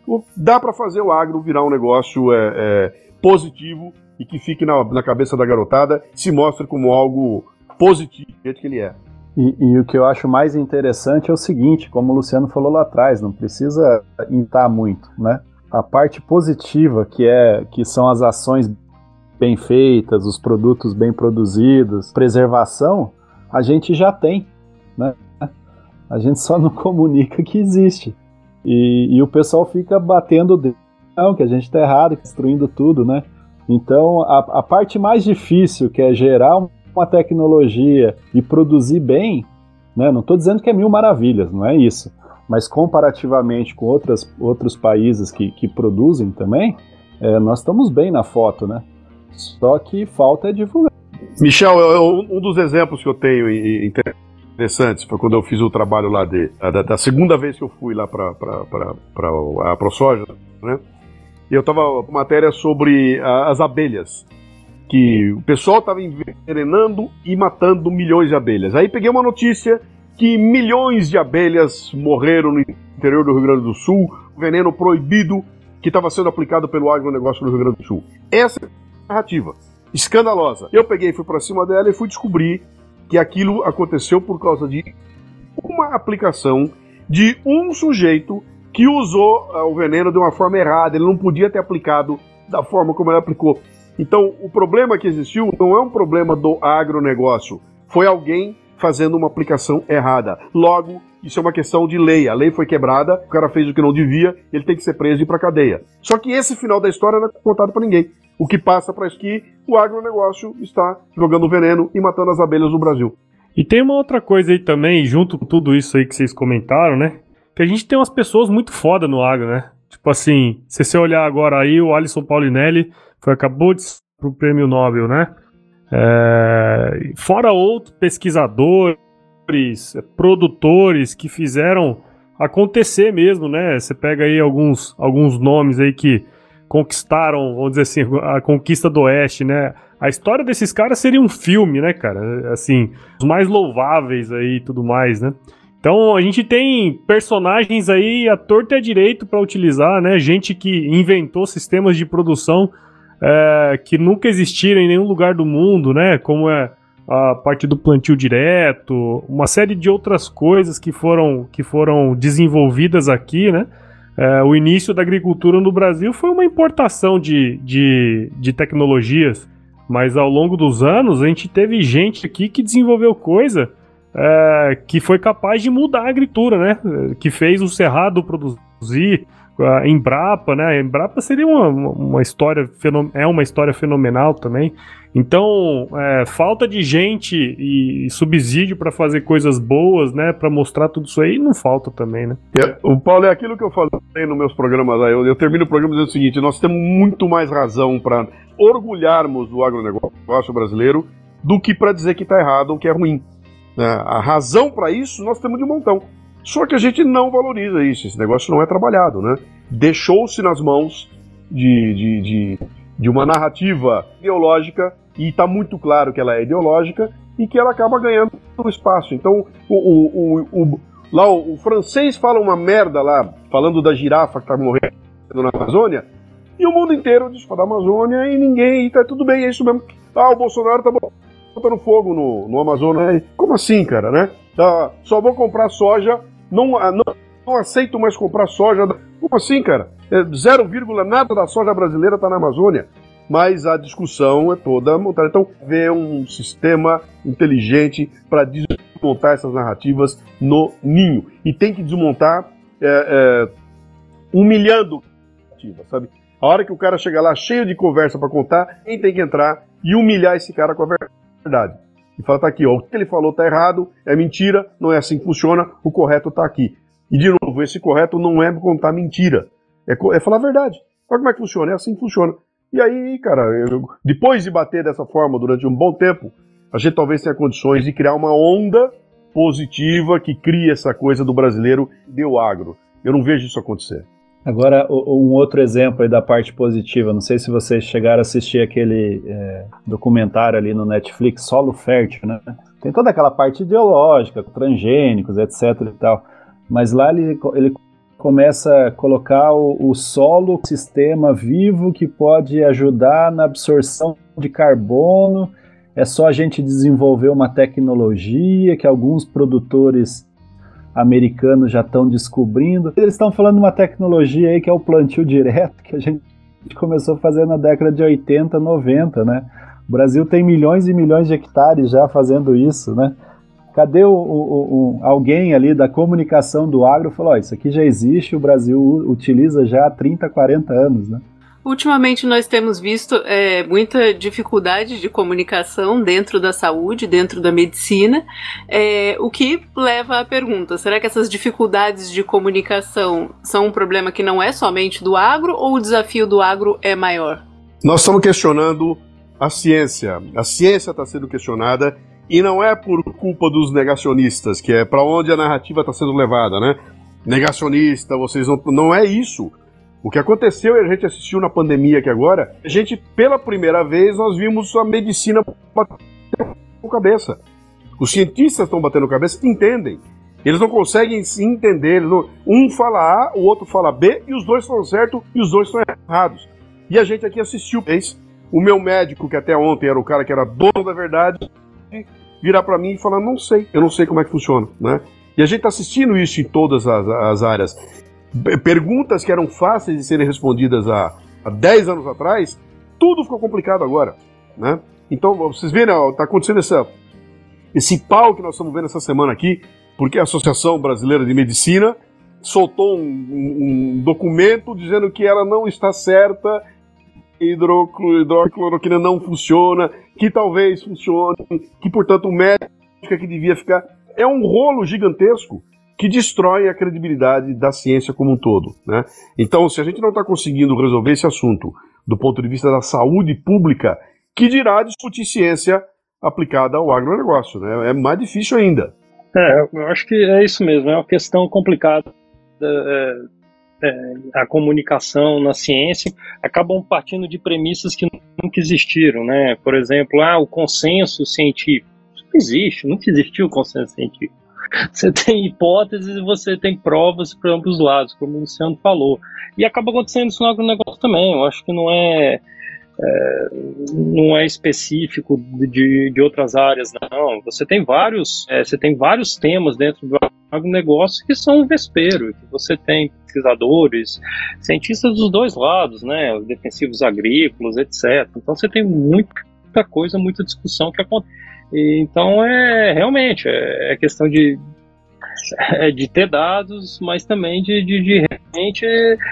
Dá para fazer o agro virar um negócio positivo e que fique na cabeça da garotada, se mostre como algo positivo, do jeito que ele é. E o que eu acho mais interessante é o seguinte, como o Luciano falou lá atrás, não precisa intar muito, né? A parte positiva, que são as ações bem feitas, os produtos bem produzidos, preservação, a gente já tem, né? A gente só não comunica que existe. E o pessoal fica batendo o dedo, que a gente está errado, destruindo tudo, né? Então, a parte mais difícil, que é gerar uma tecnologia e produzir bem, né? Não estou dizendo que é mil maravilhas, não é isso. Mas comparativamente com outros países que produzem também, nós estamos bem na foto, né? Só que falta é divulgar. Michel, um dos exemplos que eu tenho interessantes foi quando eu fiz o trabalho lá da segunda vez que eu fui lá para a ProSoja, né? E eu estava com matéria sobre as abelhas. que o pessoal estava envenenando e matando milhões de abelhas. Aí peguei uma notícia que milhões de abelhas morreram no interior do Rio Grande do Sul, veneno proibido que estava sendo aplicado pelo agronegócio no Rio Grande do Sul. Essa é a narrativa escandalosa. Eu peguei, fui para cima dela e fui descobrir que aquilo aconteceu por causa de uma aplicação de um sujeito que usou o veneno de uma forma errada. Ele não podia ter aplicado da forma como ele aplicou. Então, o problema que existiu não é um problema do agronegócio. Foi alguém fazendo uma aplicação errada. Logo, isso é uma questão de lei. A lei foi quebrada, o cara fez o que não devia, ele tem que ser preso e ir pra cadeia. Só que esse final da história não é contado pra ninguém. O que passa para isso que o agronegócio está jogando veneno e matando as abelhas no Brasil. E tem uma outra coisa aí também, junto com tudo isso aí que vocês comentaram, né? Que a gente tem umas pessoas muito foda no agro, né? Tipo assim, se você olhar agora aí, o Alisson Paulinelli acabou de ir pro Prêmio Nobel, né? Fora outros pesquisadores, produtores que fizeram acontecer mesmo, né? Você pega aí alguns nomes aí que conquistaram, vamos dizer assim, a conquista do Oeste, né? A história desses caras seria um filme, né, cara? Assim, os mais louváveis aí e tudo mais, né? Então a gente tem personagens aí à torta e à direito para utilizar, né? Gente que inventou sistemas de produção que nunca existiram em nenhum lugar do mundo, né? Como é a parte do plantio direto, uma série de outras coisas que foram desenvolvidas aqui, né? O início da agricultura no Brasil foi uma importação de tecnologias, mas ao longo dos anos a gente teve gente aqui que desenvolveu coisa que foi capaz de mudar a agricultura, né? Que fez o Cerrado produzir, a Embrapa, né? A Embrapa seria uma história, uma história fenomenal também. Então, falta de gente e subsídio para fazer coisas boas, né? Para mostrar tudo isso aí, não falta também, né? O Paulo, é aquilo que eu falei nos meus programas aí. Eu termino o programa dizendo o seguinte: nós temos muito mais razão para orgulharmos do agronegócio brasileiro do que para dizer que está errado ou que é ruim. A razão para isso nós temos de um montão. Só que a gente não valoriza isso. Esse negócio não é trabalhado, né? Deixou-se nas mãos de uma narrativa ideológica, e está muito claro que ela é ideológica e que ela acaba ganhando espaço. Então, o francês fala uma merda lá, falando da girafa que está morrendo na Amazônia, e o mundo inteiro diz da Amazônia e ninguém, e tá tudo bem, é isso mesmo. O Bolsonaro tá botando fogo no Amazonas. Como assim, cara, né? Só vou comprar soja, não aceito mais comprar soja. Como assim, cara? 0, nada da soja brasileira está na Amazônia. Mas a discussão é toda montada. Então, ver um sistema inteligente para desmontar essas narrativas no ninho. E tem que desmontar humilhando a narrativa, sabe? A hora que o cara chega lá cheio de conversa para contar, quem tem que entrar e humilhar esse cara com a verdade. E fala, tá aqui, ó, o que ele falou tá errado, é mentira, não é assim que funciona, o correto tá aqui. E de novo, esse correto não é contar mentira, é falar a verdade. Olha como é que funciona, é assim que funciona. E aí, cara, depois de bater dessa forma durante um bom tempo, a gente talvez tenha condições de criar uma onda positiva que cria essa coisa do brasileiro deu agro. Eu não vejo isso acontecer. Agora, um outro exemplo aí da parte positiva, não sei se vocês chegaram a assistir aquele documentário ali no Netflix, Solo Fértil, né? Tem toda aquela parte ideológica, transgênicos, etc e tal, mas lá ele começa a colocar o solo, sistema vivo que pode ajudar na absorção de carbono. É só a gente desenvolver uma tecnologia que alguns produtores americanos já estão descobrindo. Eles estão falando de uma tecnologia aí que é o plantio direto, que a gente começou a fazer na década de 80, 90, né? O Brasil tem milhões e milhões de hectares já fazendo isso, né? Cadê alguém ali da comunicação do agro falou, isso aqui já existe, o Brasil utiliza já há 30, 40 anos, né? Ultimamente nós temos visto muita dificuldade de comunicação dentro da saúde, dentro da medicina, o que leva à pergunta, será que essas dificuldades de comunicação são um problema que não é somente do agro ou o desafio do agro é maior? Nós estamos questionando a ciência está sendo questionada e não é por culpa dos negacionistas, que é para onde a narrativa está sendo levada, né? Negacionista, vocês não é isso. O que aconteceu e a gente assistiu na pandemia aqui agora, a gente, pela primeira vez, nós vimos a medicina batendo cabeça. Os cientistas estão batendo cabeça e entendem. Eles não conseguem se entender. Um fala A, o outro fala B, e os dois estão certos e os dois estão errados. E a gente aqui assistiu. O meu médico, que até ontem era o cara que era dono da verdade, virar para mim e falar, não sei, eu não sei como é que funciona, né? E a gente está assistindo isso em todas as áreas. Perguntas que eram fáceis de serem respondidas há 10 anos atrás, tudo ficou complicado agora, né? Então, vocês veem, está acontecendo esse pau que nós estamos vendo essa semana aqui, porque a Associação Brasileira de Medicina soltou um documento dizendo que ela não está certa, hidrocloroquina não funciona, que talvez funcione, que, portanto, o médico que devia ficar... É um rolo gigantesco que destrói a credibilidade da ciência como um todo, né? Então, se a gente não está conseguindo resolver esse assunto do ponto de vista da saúde pública, que dirá discutir ciência aplicada ao agronegócio, né? É mais difícil ainda. Eu acho que é isso mesmo, é uma questão complicada. A comunicação na ciência acabam partindo de premissas que nunca existiram, né? Por exemplo, o consenso científico. Isso não existe, nunca existiu o consenso científico. Você tem hipóteses e você tem provas para ambos os lados, como o Luciano falou. E acaba acontecendo isso no agronegócio também. Eu acho que não é específico de outras áreas, não. Você tem vários temas dentro do agronegócio que são um vespeiro. Você tem pesquisadores, cientistas dos dois lados, né? Os defensivos agrícolas, etc. Então você tem muita coisa, muita discussão que acontece. Então realmente é questão de ter dados, mas também de realmente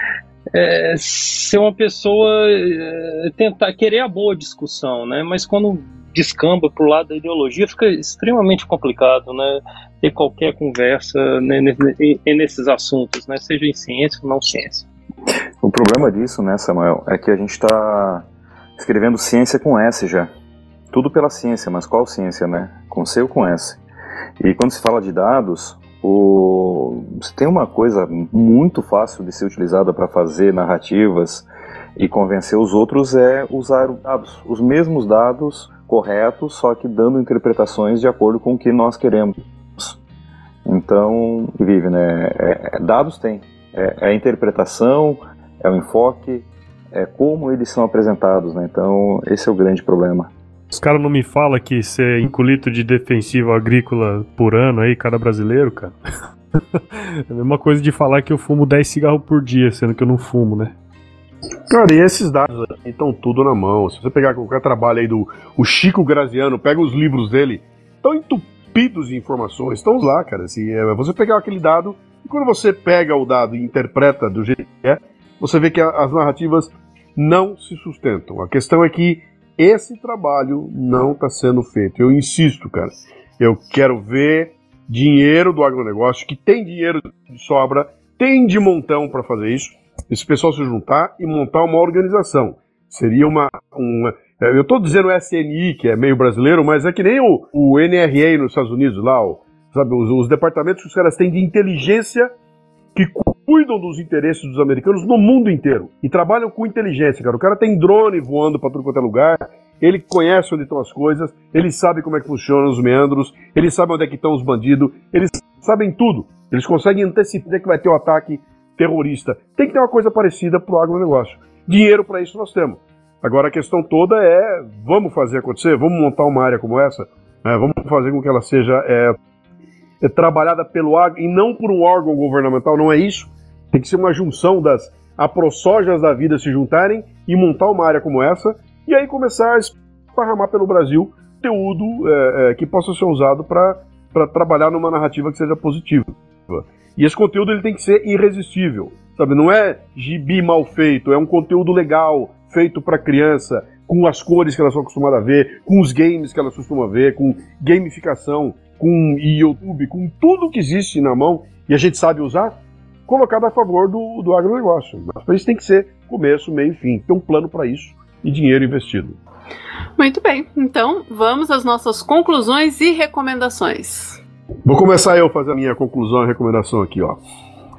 ser uma pessoa, tentar querer a boa discussão, né? Mas quando descamba para o lado da ideologia fica extremamente complicado, né? Ter qualquer conversa nesses assuntos, né? Seja em ciência ou não ciência. O problema disso, né, Samuel, é que a gente está escrevendo ciência com S já. Tudo pela ciência, mas qual ciência, né? Com C ou com S? E quando se fala de dados, se tem uma coisa muito fácil de ser utilizada para fazer narrativas e convencer os outros é usar dados, os mesmos dados corretos, só que dando interpretações de acordo com o que nós queremos. Então, vive, né? Dados tem. É a interpretação, é o enfoque, é como eles são apresentados, né? Então, esse é o grande problema. Os caras não me falam que isso é 5 litros de defensivo agrícola por ano aí, cada brasileiro, cara. É a mesma coisa de falar que eu fumo 10 cigarros por dia, sendo que eu não fumo, né? Cara, e esses dados aí estão tudo na mão. Se você pegar qualquer trabalho aí o Chico Graziano, pega os livros dele, estão entupidos de informações, estão lá, cara. Assim, você pegar aquele dado, e quando você pega o dado e interpreta do jeito que é, você vê que as narrativas não se sustentam. A questão é que esse trabalho não está sendo feito. Eu insisto, cara. Eu quero ver dinheiro do agronegócio, que tem dinheiro de sobra, tem de montão para fazer isso. Esse pessoal se juntar e montar uma organização. Seria eu estou dizendo SNI, que é meio brasileiro, mas é que nem o NRA nos Estados Unidos, lá, sabe, os departamentos que os caras têm de inteligência que cuidam dos interesses dos americanos no mundo inteiro. E trabalham com inteligência, cara. O cara tem drone voando para tudo quanto é lugar, ele conhece onde estão as coisas, ele sabe como é que funcionam os meandros, ele sabe onde é que estão os bandidos, eles sabem tudo. Eles conseguem antecipar que vai ter um ataque terrorista. Tem que ter uma coisa parecida pro agronegócio. Dinheiro para isso nós temos. Agora a questão toda vamos fazer acontecer? Vamos montar uma área como essa? Vamos fazer com que ela seja trabalhada pelo agro e não por um órgão governamental, não é isso? Tem que ser uma junção das aprosojas da vida se juntarem e montar uma área como essa e aí começar a esparramar pelo Brasil conteúdo que possa ser usado para trabalhar numa narrativa que seja positiva. E esse conteúdo ele tem que ser irresistível, sabe? Não é gibi mal feito, é um conteúdo legal, feito para criança, com as cores que elas são acostumadas a ver, com os games que elas costumam ver, com gamificação, com YouTube, com tudo que existe na mão e a gente sabe usar, colocado a favor do agronegócio. Mas para isso tem que ser começo, meio e fim. Tem um plano para isso e dinheiro investido. Muito bem, então vamos às nossas conclusões e recomendações. Vou começar eu a fazer a minha conclusão e recomendação aqui, ó.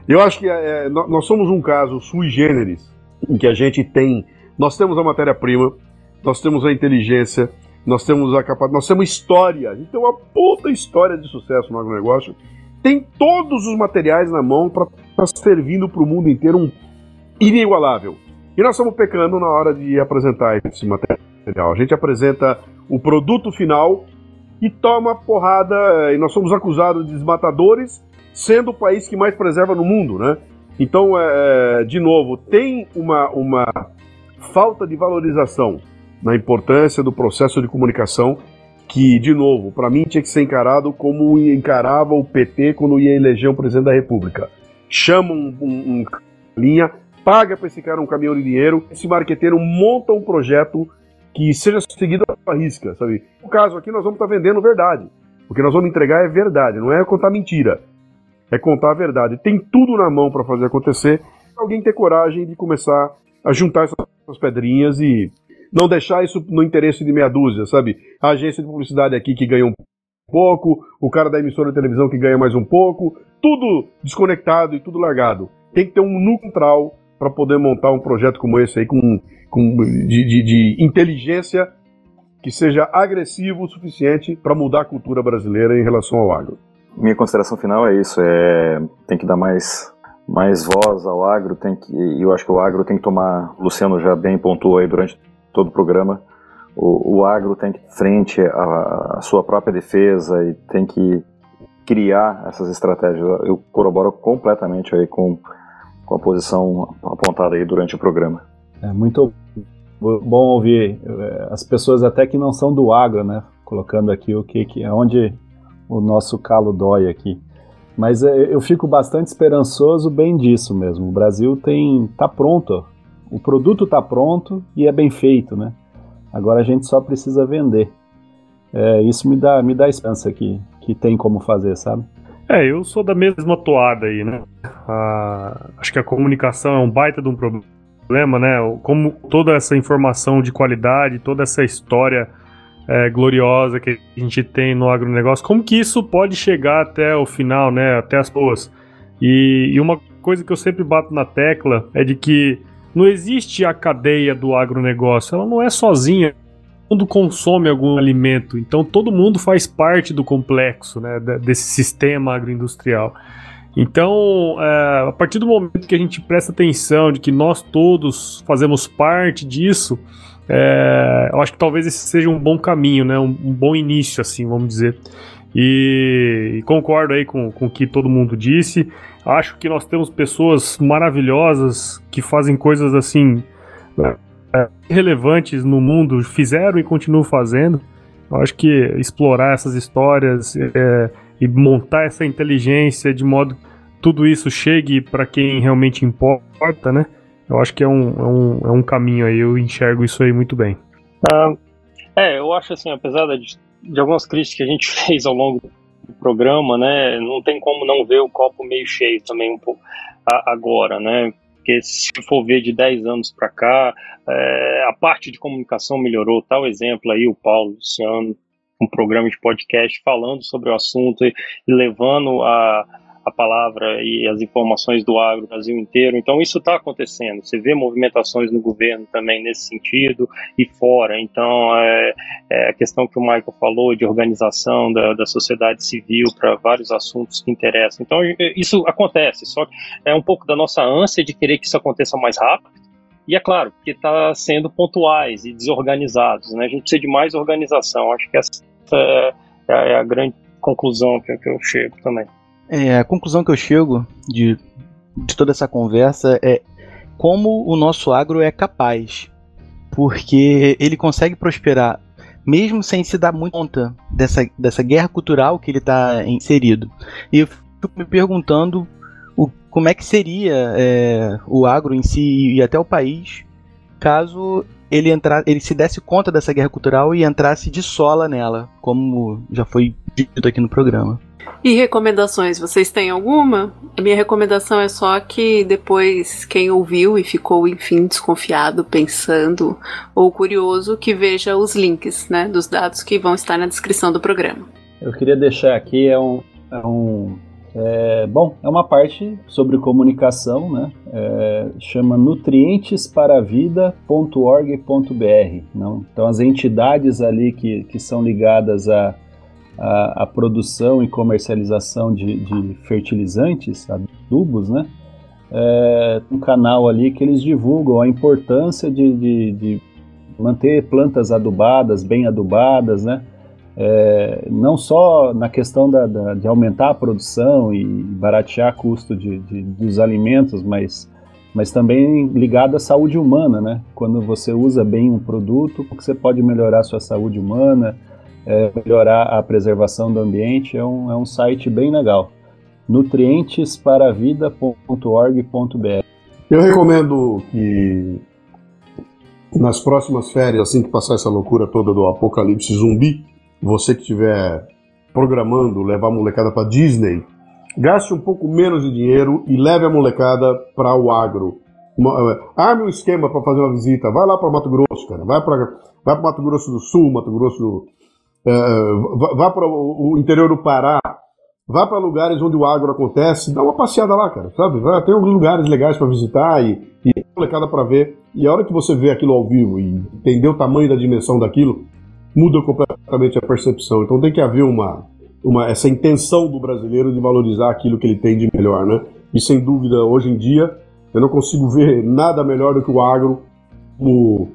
Eu acho que nós somos um caso sui generis, em que nós temos a matéria-prima, nós temos a inteligência, nós temos a capacidade, nós temos história, a gente tem uma puta história de sucesso no agronegócio, tem todos os materiais na mão para servindo para o mundo inteiro inigualável. E nós estamos pecando na hora de apresentar esse material. A gente apresenta o produto final e toma porrada, e nós somos acusados de desmatadores, sendo o país que mais preserva no mundo, né? Então, de novo, tem uma falta de valorização na importância do processo de comunicação que, de novo, para mim tinha que ser encarado como encarava o PT quando ia eleger um presidente da República. Chama um linha, paga para esse cara um caminhão de dinheiro, esse marqueteiro monta um projeto que seja seguido à risca, sabe? No caso aqui nós vamos estar vendendo verdade. O que nós vamos entregar é verdade, não é contar mentira. É contar a verdade. Tem tudo na mão para fazer acontecer. Alguém ter coragem de começar a juntar essas pedrinhas e não deixar isso no interesse de meia dúzia, sabe? A agência de publicidade aqui que ganha um pouco, o cara da emissora de televisão que ganha mais um pouco, tudo desconectado e tudo largado. Tem que ter um núcleo central para poder montar um projeto como esse aí de inteligência que seja agressivo o suficiente para mudar a cultura brasileira em relação ao agro. Minha consideração final é isso, tem que dar mais voz ao agro, eu acho que o agro tem que tomar, o Luciano já bem pontuou aí durante todo o programa, o agro tem que frente à sua própria defesa e tem que criar essas estratégias. Eu corroboro completamente aí com a posição apontada aí durante o programa. É muito bom ouvir as pessoas até que não são do agro, né, colocando aqui onde o nosso calo dói aqui. Mas eu fico bastante esperançoso bem disso mesmo. O Brasil tá pronto, o produto tá pronto e é bem feito, né? Agora a gente só precisa vender. Isso me dá esperança que tem como fazer, sabe? Eu sou da mesma toada aí, né? Acho que a comunicação é um baita de um problema, né? Como toda essa informação de qualidade, toda essa história gloriosa que a gente tem no agronegócio, como que isso pode chegar até o final, né? Até as pessoas. E uma coisa que eu sempre bato na tecla é de que não existe a cadeia do agronegócio, ela não é sozinha. Todo mundo consome algum alimento, então todo mundo faz parte do complexo, né, desse sistema agroindustrial. Então, a partir do momento que a gente presta atenção de que nós todos fazemos parte disso, eu acho que talvez esse seja um bom caminho, né, um bom início, assim, vamos dizer. E concordo aí com o que todo mundo disse. Acho que nós temos pessoas maravilhosas que fazem coisas assim relevantes no mundo, fizeram e continuam fazendo. Eu acho que explorar essas histórias e montar essa inteligência de modo que tudo isso chegue para quem realmente importa, né? Eu acho que é um caminho aí, eu enxergo isso aí muito bem. Eu acho assim, apesar de algumas críticas que a gente fez ao longo do programa, né, não tem como não ver o copo meio cheio também um pouco agora, né? Porque se for ver de 10 anos para cá, a parte de comunicação melhorou. Tal exemplo aí, o Paulo Luciano, um programa de podcast falando sobre o assunto e levando a palavra e as informações do agro no Brasil inteiro. Então isso está acontecendo. Você vê movimentações no governo também nesse sentido e fora. Então a questão que o Michael falou de organização da sociedade civil para vários assuntos que interessam. Então isso acontece, só que é um pouco da nossa ânsia de querer que isso aconteça mais rápido. E é claro, porque está sendo pontuais e desorganizados, né? A gente precisa de mais organização. Acho que essa é a grande conclusão que eu chego também. A conclusão que eu chego de toda essa conversa é como o nosso agro é capaz, porque ele consegue prosperar mesmo sem se dar muito conta dessa guerra cultural que ele está inserido. E eu fico me perguntando como é que seria o agro em si e até o país caso ele se desse conta dessa guerra cultural e entrasse de sola nela, como já foi dito aqui no programa. E recomendações, vocês têm alguma? A minha recomendação é só que depois quem ouviu e ficou, enfim, desconfiado, pensando ou curioso, que veja os links, né, dos dados que vão estar na descrição do programa. Eu queria deixar aqui um Bom, é uma parte sobre comunicação, né? Chama nutrientesparavida.org.br. Então, as entidades ali que são ligadas à produção e comercialização de fertilizantes, adubos, né? Um canal ali que eles divulgam a importância de manter plantas adubadas, bem adubadas, né? Não só na questão de aumentar a produção e baratear custo dos alimentos, mas também ligado à saúde humana, né? Quando você usa bem um produto, você pode melhorar a sua saúde humana, melhorar a preservação do ambiente. É um site bem legal. nutrientesparavida.org.br. Eu recomendo que nas próximas férias, assim que passar essa loucura toda do apocalipse zumbi, você que estiver programando levar a molecada para Disney, gaste um pouco menos de dinheiro e leve a molecada para o agro. Arme um esquema para fazer uma visita. Vai lá para Mato Grosso, cara. Vai para Mato Grosso do Sul, Mato Grosso do... vá para o interior do Pará. Vá para lugares onde o agro acontece. Dá uma passeada lá, cara. Sabe? Tem alguns lugares legais para visitar e molecada para ver. E a hora que você vê aquilo ao vivo e entender o tamanho da dimensão daquilo, muda completamente a percepção. Então tem que haver essa intenção do brasileiro de valorizar aquilo que ele tem de melhor, né? E sem dúvida, hoje em dia, eu não consigo ver nada melhor do que o agro como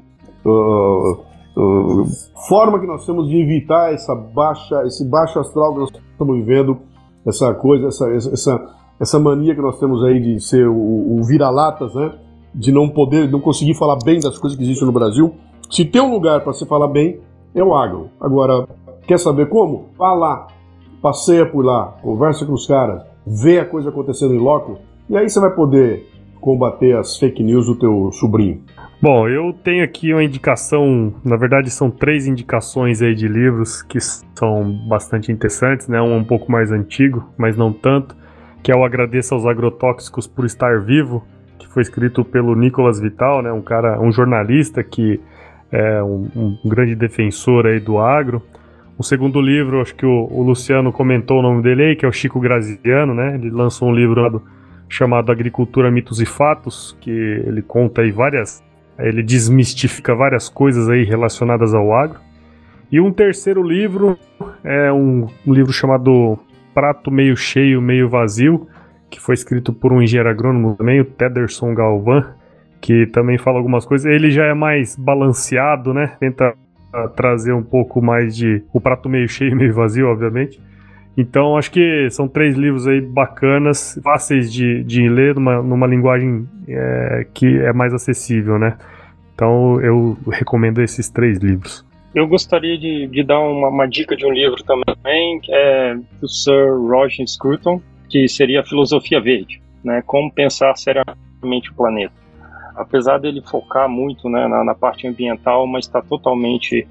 forma que nós temos de evitar esse baixo astral que nós estamos vivendo, essa coisa, essa mania que nós temos aí de ser o vira-latas, né? De não conseguir falar bem das coisas que existem no Brasil. Se tem um lugar para se falar bem, é o agro. Agora, quer saber como? Vá lá, passeia por lá, conversa com os caras, vê a coisa acontecendo em loco, e aí você vai poder combater as fake news do teu sobrinho. Bom, eu tenho aqui uma indicação, na verdade são 3 indicações aí de livros que são bastante interessantes, né? Um pouco mais antigo, mas não tanto, que é o Agradeça aos Agrotóxicos por Estar Vivo, que foi escrito pelo Nicolas Vital, né? Um jornalista que é um grande defensor aí do agro. O segundo livro, acho que o Luciano comentou o nome dele aí, que é o Chico Graziano, né? Ele lançou um livro chamado Agricultura, Mitos e Fatos, que ele conta aí ele desmistifica várias coisas aí relacionadas ao agro. E um terceiro livro é um livro chamado Prato Meio Cheio, Meio Vazio, que foi escrito por um engenheiro agrônomo também, o Tederson Galvão, que também fala algumas coisas. Ele já é mais balanceado, né? Tenta trazer um pouco mais de o prato meio cheio, meio vazio, obviamente. Então, acho que são 3 livros aí bacanas, fáceis de ler, numa linguagem que é mais acessível, né? Então, eu recomendo esses 3 livros. Eu gostaria de dar uma dica de um livro também, que é do Sir Roger Scruton, que seria a Filosofia Verde, né? Como pensar seriamente o planeta. Apesar dele focar muito, né, na parte ambiental, mas está totalmente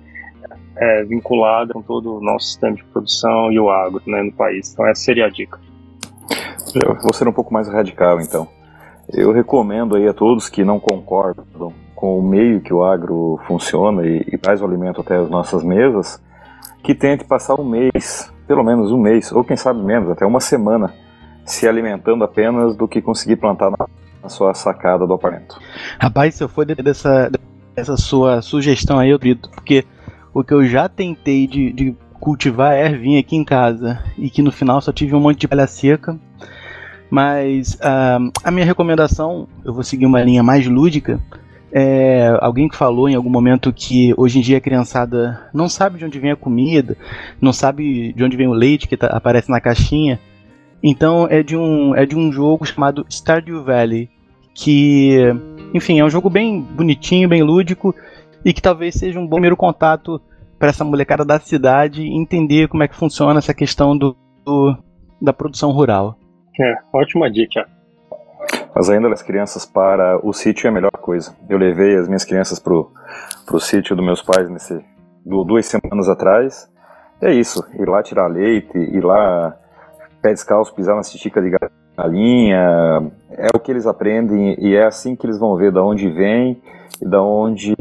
vinculado com todo o nosso sistema de produção e o agro, né, no país. Então essa seria a dica. Eu vou ser um pouco mais radical, então. Eu recomendo aí a todos que não concordam com o meio que o agro funciona e traz o alimento até as nossas mesas, que tente passar um mês, pelo menos um mês, ou quem sabe menos, até uma semana, se alimentando apenas do que conseguir plantar na sua sacada do apartamento. Rapaz, se eu for dessa sua sugestão aí, eu grito, porque o que eu já tentei de cultivar ervinha aqui em casa e que no final só tive um monte de palha seca. Mas a minha recomendação, eu vou seguir uma linha mais lúdica. Alguém que falou em algum momento que hoje em dia a criançada não sabe de onde vem a comida, não sabe de onde vem o leite que aparece na caixinha. Então é de um jogo chamado Stardew Valley, que, enfim, é um jogo bem bonitinho, bem lúdico, e que talvez seja um bom primeiro contato para essa molecada da cidade entender como é que funciona essa questão da produção rural. Ótima dica. Mas ainda as crianças para o sítio é a melhor coisa. Eu levei as minhas crianças pro sítio dos meus pais 2 semanas atrás. É isso, ir lá tirar leite, ir lá pé descalço, pisar na citica de galinha, é o que eles aprendem e é assim que eles vão ver de onde vem e de onde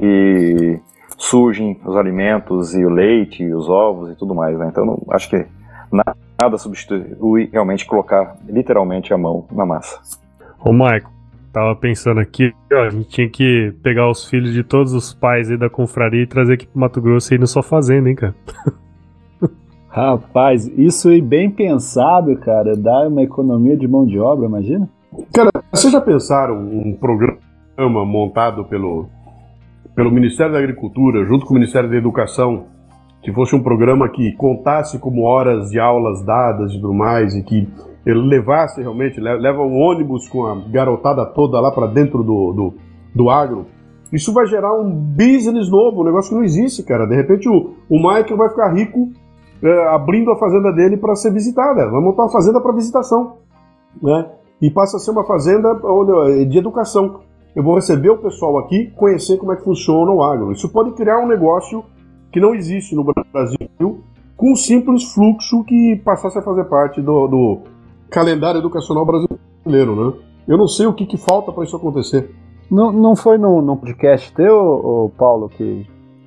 surgem os alimentos e o leite, e os ovos e tudo mais, né? Então acho que nada nada substitui realmente colocar literalmente a mão na massa. Ô, Michael, tava pensando aqui, ó, a gente tinha que pegar os filhos de todos os pais aí da confraria e trazer aqui pro Mato Grosso e ir na sua fazenda, hein, cara? Rapaz, isso aí bem pensado, cara, dá uma economia de mão de obra, imagina? Cara, vocês já pensaram um programa montado pelo Ministério da Agricultura, junto com o Ministério da Educação, que fosse um programa que contasse como horas de aulas dadas e tudo mais, e que ele levasse realmente, leva um ônibus com a garotada toda lá para dentro do agro? Isso vai gerar um business novo, um negócio que não existe, cara. De repente o Michael vai ficar rico abrindo a fazenda dele para ser visitada. Vai montar uma fazenda para visitação, né? E passa a ser uma fazenda de educação. Eu vou receber o pessoal aqui, conhecer como é que funciona o agro. Isso pode criar um negócio que não existe no Brasil, com um simples fluxo que passasse a fazer parte do calendário educacional brasileiro, né? Eu não sei o que falta para isso acontecer. Não foi num podcast teu, Paulo, que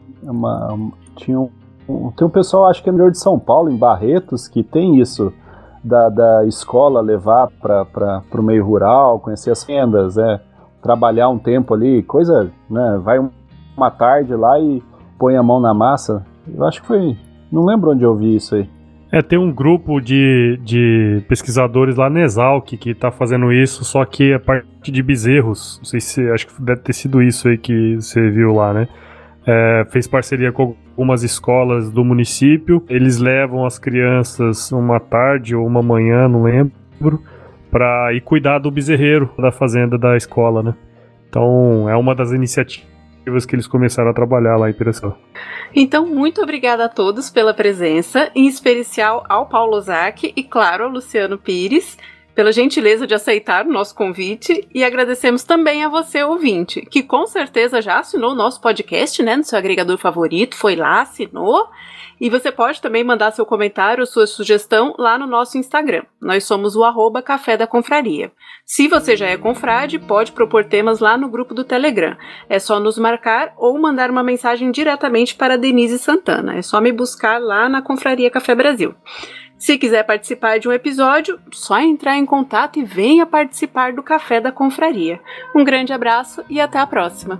tem um pessoal, acho que é no interior de São Paulo, em Barretos, que tem isso, da escola levar para o meio rural, conhecer as fazendas, trabalhar um tempo ali, coisa, né? Vai uma tarde lá e põe a mão na massa. Eu acho que foi... Não lembro onde eu vi isso aí. Tem um grupo de pesquisadores lá na Exalc que tá fazendo isso, só que a parte de bezerros. Não sei se... Acho que deve ter sido isso aí que você viu lá, né? Fez parceria com algumas escolas do município. Eles levam as crianças uma tarde ou uma manhã, não lembro, para ir cuidar do bezerreiro da fazenda da escola, né? Então, é uma das iniciativas que eles começaram a trabalhar lá em Piracicaba. Então, muito obrigada a todos pela presença, em especial ao Paulo Ozaki e, claro, ao Luciano Pires, pela gentileza de aceitar o nosso convite, e agradecemos também a você, ouvinte, que com certeza já assinou o nosso podcast, né, no seu agregador favorito, foi lá, assinou, e você pode também mandar seu comentário, sua sugestão lá no nosso Instagram. Nós somos o @Café da Confraria. Se você já é confrade, pode propor temas lá no grupo do Telegram. É só nos marcar ou mandar uma mensagem diretamente para Denise Santana. É só me buscar lá na Confraria Café Brasil. Se quiser participar de um episódio, só entrar em contato e venha participar do Café da Confraria. Um grande abraço e até a próxima!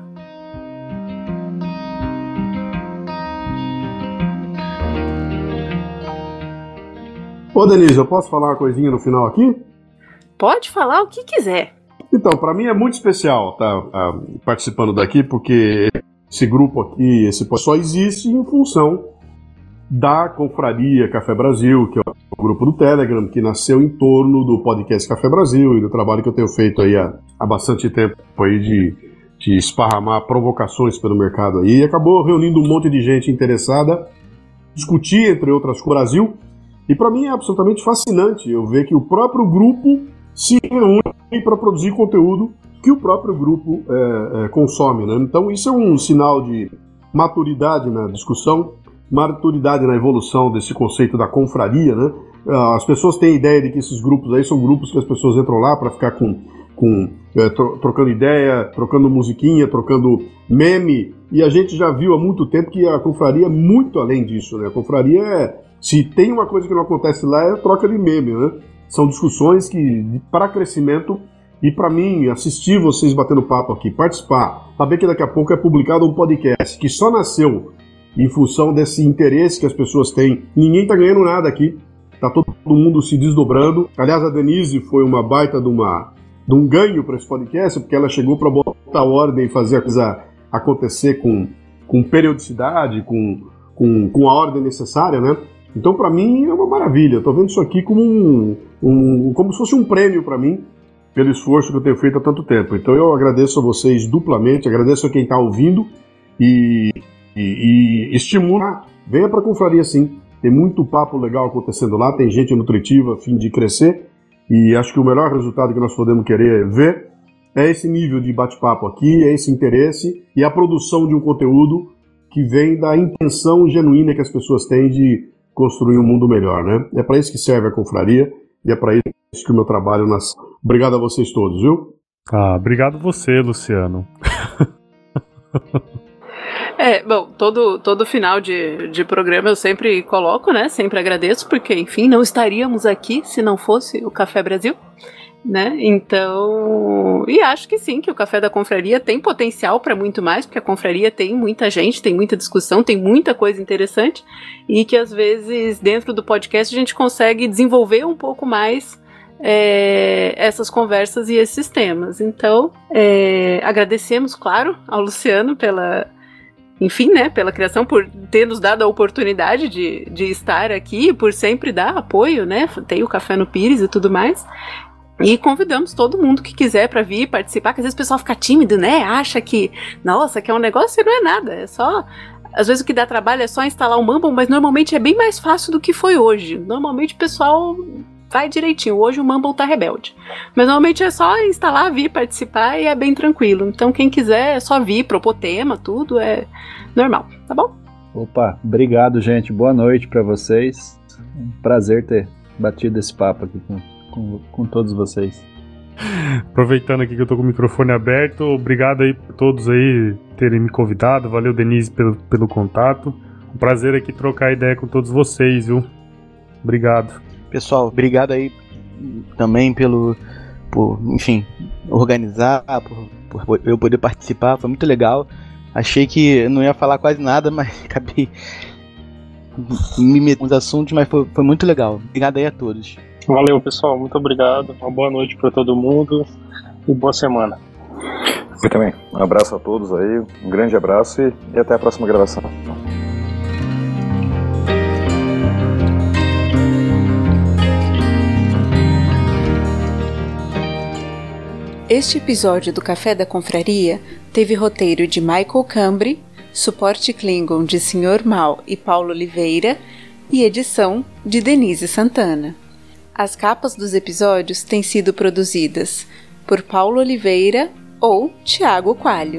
Ô Denise, eu posso falar uma coisinha no final aqui? Pode falar o que quiser. Então, para mim é muito especial estar participando daqui, porque esse grupo aqui, só existe em função da Confraria Café Brasil, que é o grupo do Telegram, que nasceu em torno do podcast Café Brasil e do trabalho que eu tenho feito aí há bastante tempo aí de esparramar provocações pelo mercado aí, e acabou reunindo um monte de gente interessada, discutir, entre outras coisas, o Brasil. E para mim é absolutamente fascinante eu ver que o próprio grupo se reúne para produzir conteúdo que o próprio grupo consome, né? Então isso é um sinal de maturidade na discussão, maturidade na evolução desse conceito da confraria, né? As pessoas têm ideia de que esses grupos aí são grupos que as pessoas entram lá para ficar trocando ideia, trocando musiquinha, trocando meme, e a gente já viu há muito tempo que a confraria é muito além disso, né? A confraria se tem uma coisa que não acontece lá, é a troca de meme, né? São discussões para crescimento, e para mim, assistir vocês batendo papo aqui, participar, saber que daqui a pouco é publicado um podcast que só nasceu em função desse interesse que as pessoas têm. Ninguém tá ganhando nada aqui, tá todo mundo se desdobrando. Aliás, a Denise foi uma baita de um ganho para esse podcast, porque ela chegou para botar ordem e fazer a coisa acontecer com periodicidade, com a ordem necessária, né? Então, para mim, é uma maravilha. Estou vendo isso aqui como como se fosse um prêmio para mim, pelo esforço que eu tenho feito há tanto tempo. Então, eu agradeço a vocês duplamente, agradeço a quem está ouvindo e estimula. Venha para a confraria, sim. Tem muito papo legal acontecendo lá, tem gente nutritiva a fim de crescer, e acho que o melhor resultado que nós podemos querer ver é esse nível de bate-papo aqui, é esse interesse e a produção de um conteúdo que vem da intenção genuína que as pessoas têm de construir um mundo melhor, né? É para isso que serve a confraria e é para isso que o meu trabalho nasce. Obrigado a vocês todos, viu? Obrigado você, Luciano. Bom, todo final de programa eu sempre coloco, né? Sempre agradeço, porque, enfim, não estaríamos aqui se não fosse o Café Brasil, né? Então, e acho que sim, que o Café da Confraria tem potencial para muito mais, porque a confraria tem muita gente, tem muita discussão, tem muita coisa interessante, e que às vezes dentro do podcast a gente consegue desenvolver um pouco mais essas conversas e esses temas. Então, agradecemos, claro, ao Luciano pela criação, por ter nos dado a oportunidade de estar aqui, por sempre dar apoio, né? Tem o Café no Pires e tudo mais. E convidamos todo mundo que quiser para vir participar, que às vezes o pessoal fica tímido, né? Acha que, nossa, que é um negócio e não é nada. É só... Às vezes o que dá trabalho é só instalar o Mumble, mas normalmente é bem mais fácil do que foi hoje. Normalmente o pessoal vai direitinho. Hoje o Mumble tá rebelde. Mas normalmente é só instalar, vir participar e é bem tranquilo. Então quem quiser é só vir, propor tema, tudo é normal, tá bom? Opa, obrigado, gente. Boa noite pra vocês. Um prazer ter batido esse papo aqui com todos vocês. Aproveitando aqui que eu tô com o microfone aberto, obrigado aí por todos aí terem me convidado. Valeu, Denise, pelo contato. Um prazer aqui trocar ideia com todos vocês, viu? Obrigado. Pessoal, obrigado aí também por enfim, organizar, por eu poder participar, foi muito legal. Achei que não ia falar quase nada, mas acabei me metendo nos assuntos, mas foi muito legal. Obrigado aí a todos. Valeu, pessoal, muito obrigado. Uma boa noite para todo mundo e boa semana. Eu também. Um abraço a todos aí, um grande abraço e até a próxima gravação. Este episódio do Café da Confraria teve roteiro de Michael Cambry, suporte Klingon de Sr. Mal e Paulo Oliveira e edição de Denise Santana. As capas dos episódios têm sido produzidas por Paulo Oliveira ou Thiago Coalho.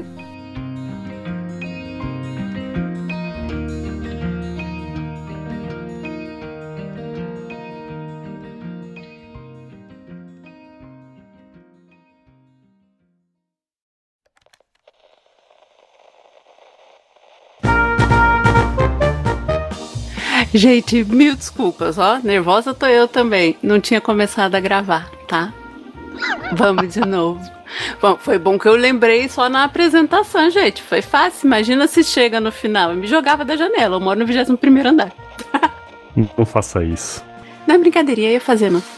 Gente, mil desculpas, ó. Nervosa tô eu também. Não tinha começado a gravar, tá? Vamos de novo. Bom, foi bom que eu lembrei só na apresentação, gente. Foi fácil. Imagina se chega no final. Eu me jogava da janela. Eu moro no 21º andar. Não faça isso. Não é brincadeirinha, eu ia fazer, não.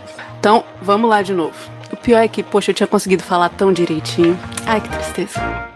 Então, vamos lá de novo. O pior é que, poxa, eu tinha conseguido falar tão direitinho. Ai, que tristeza.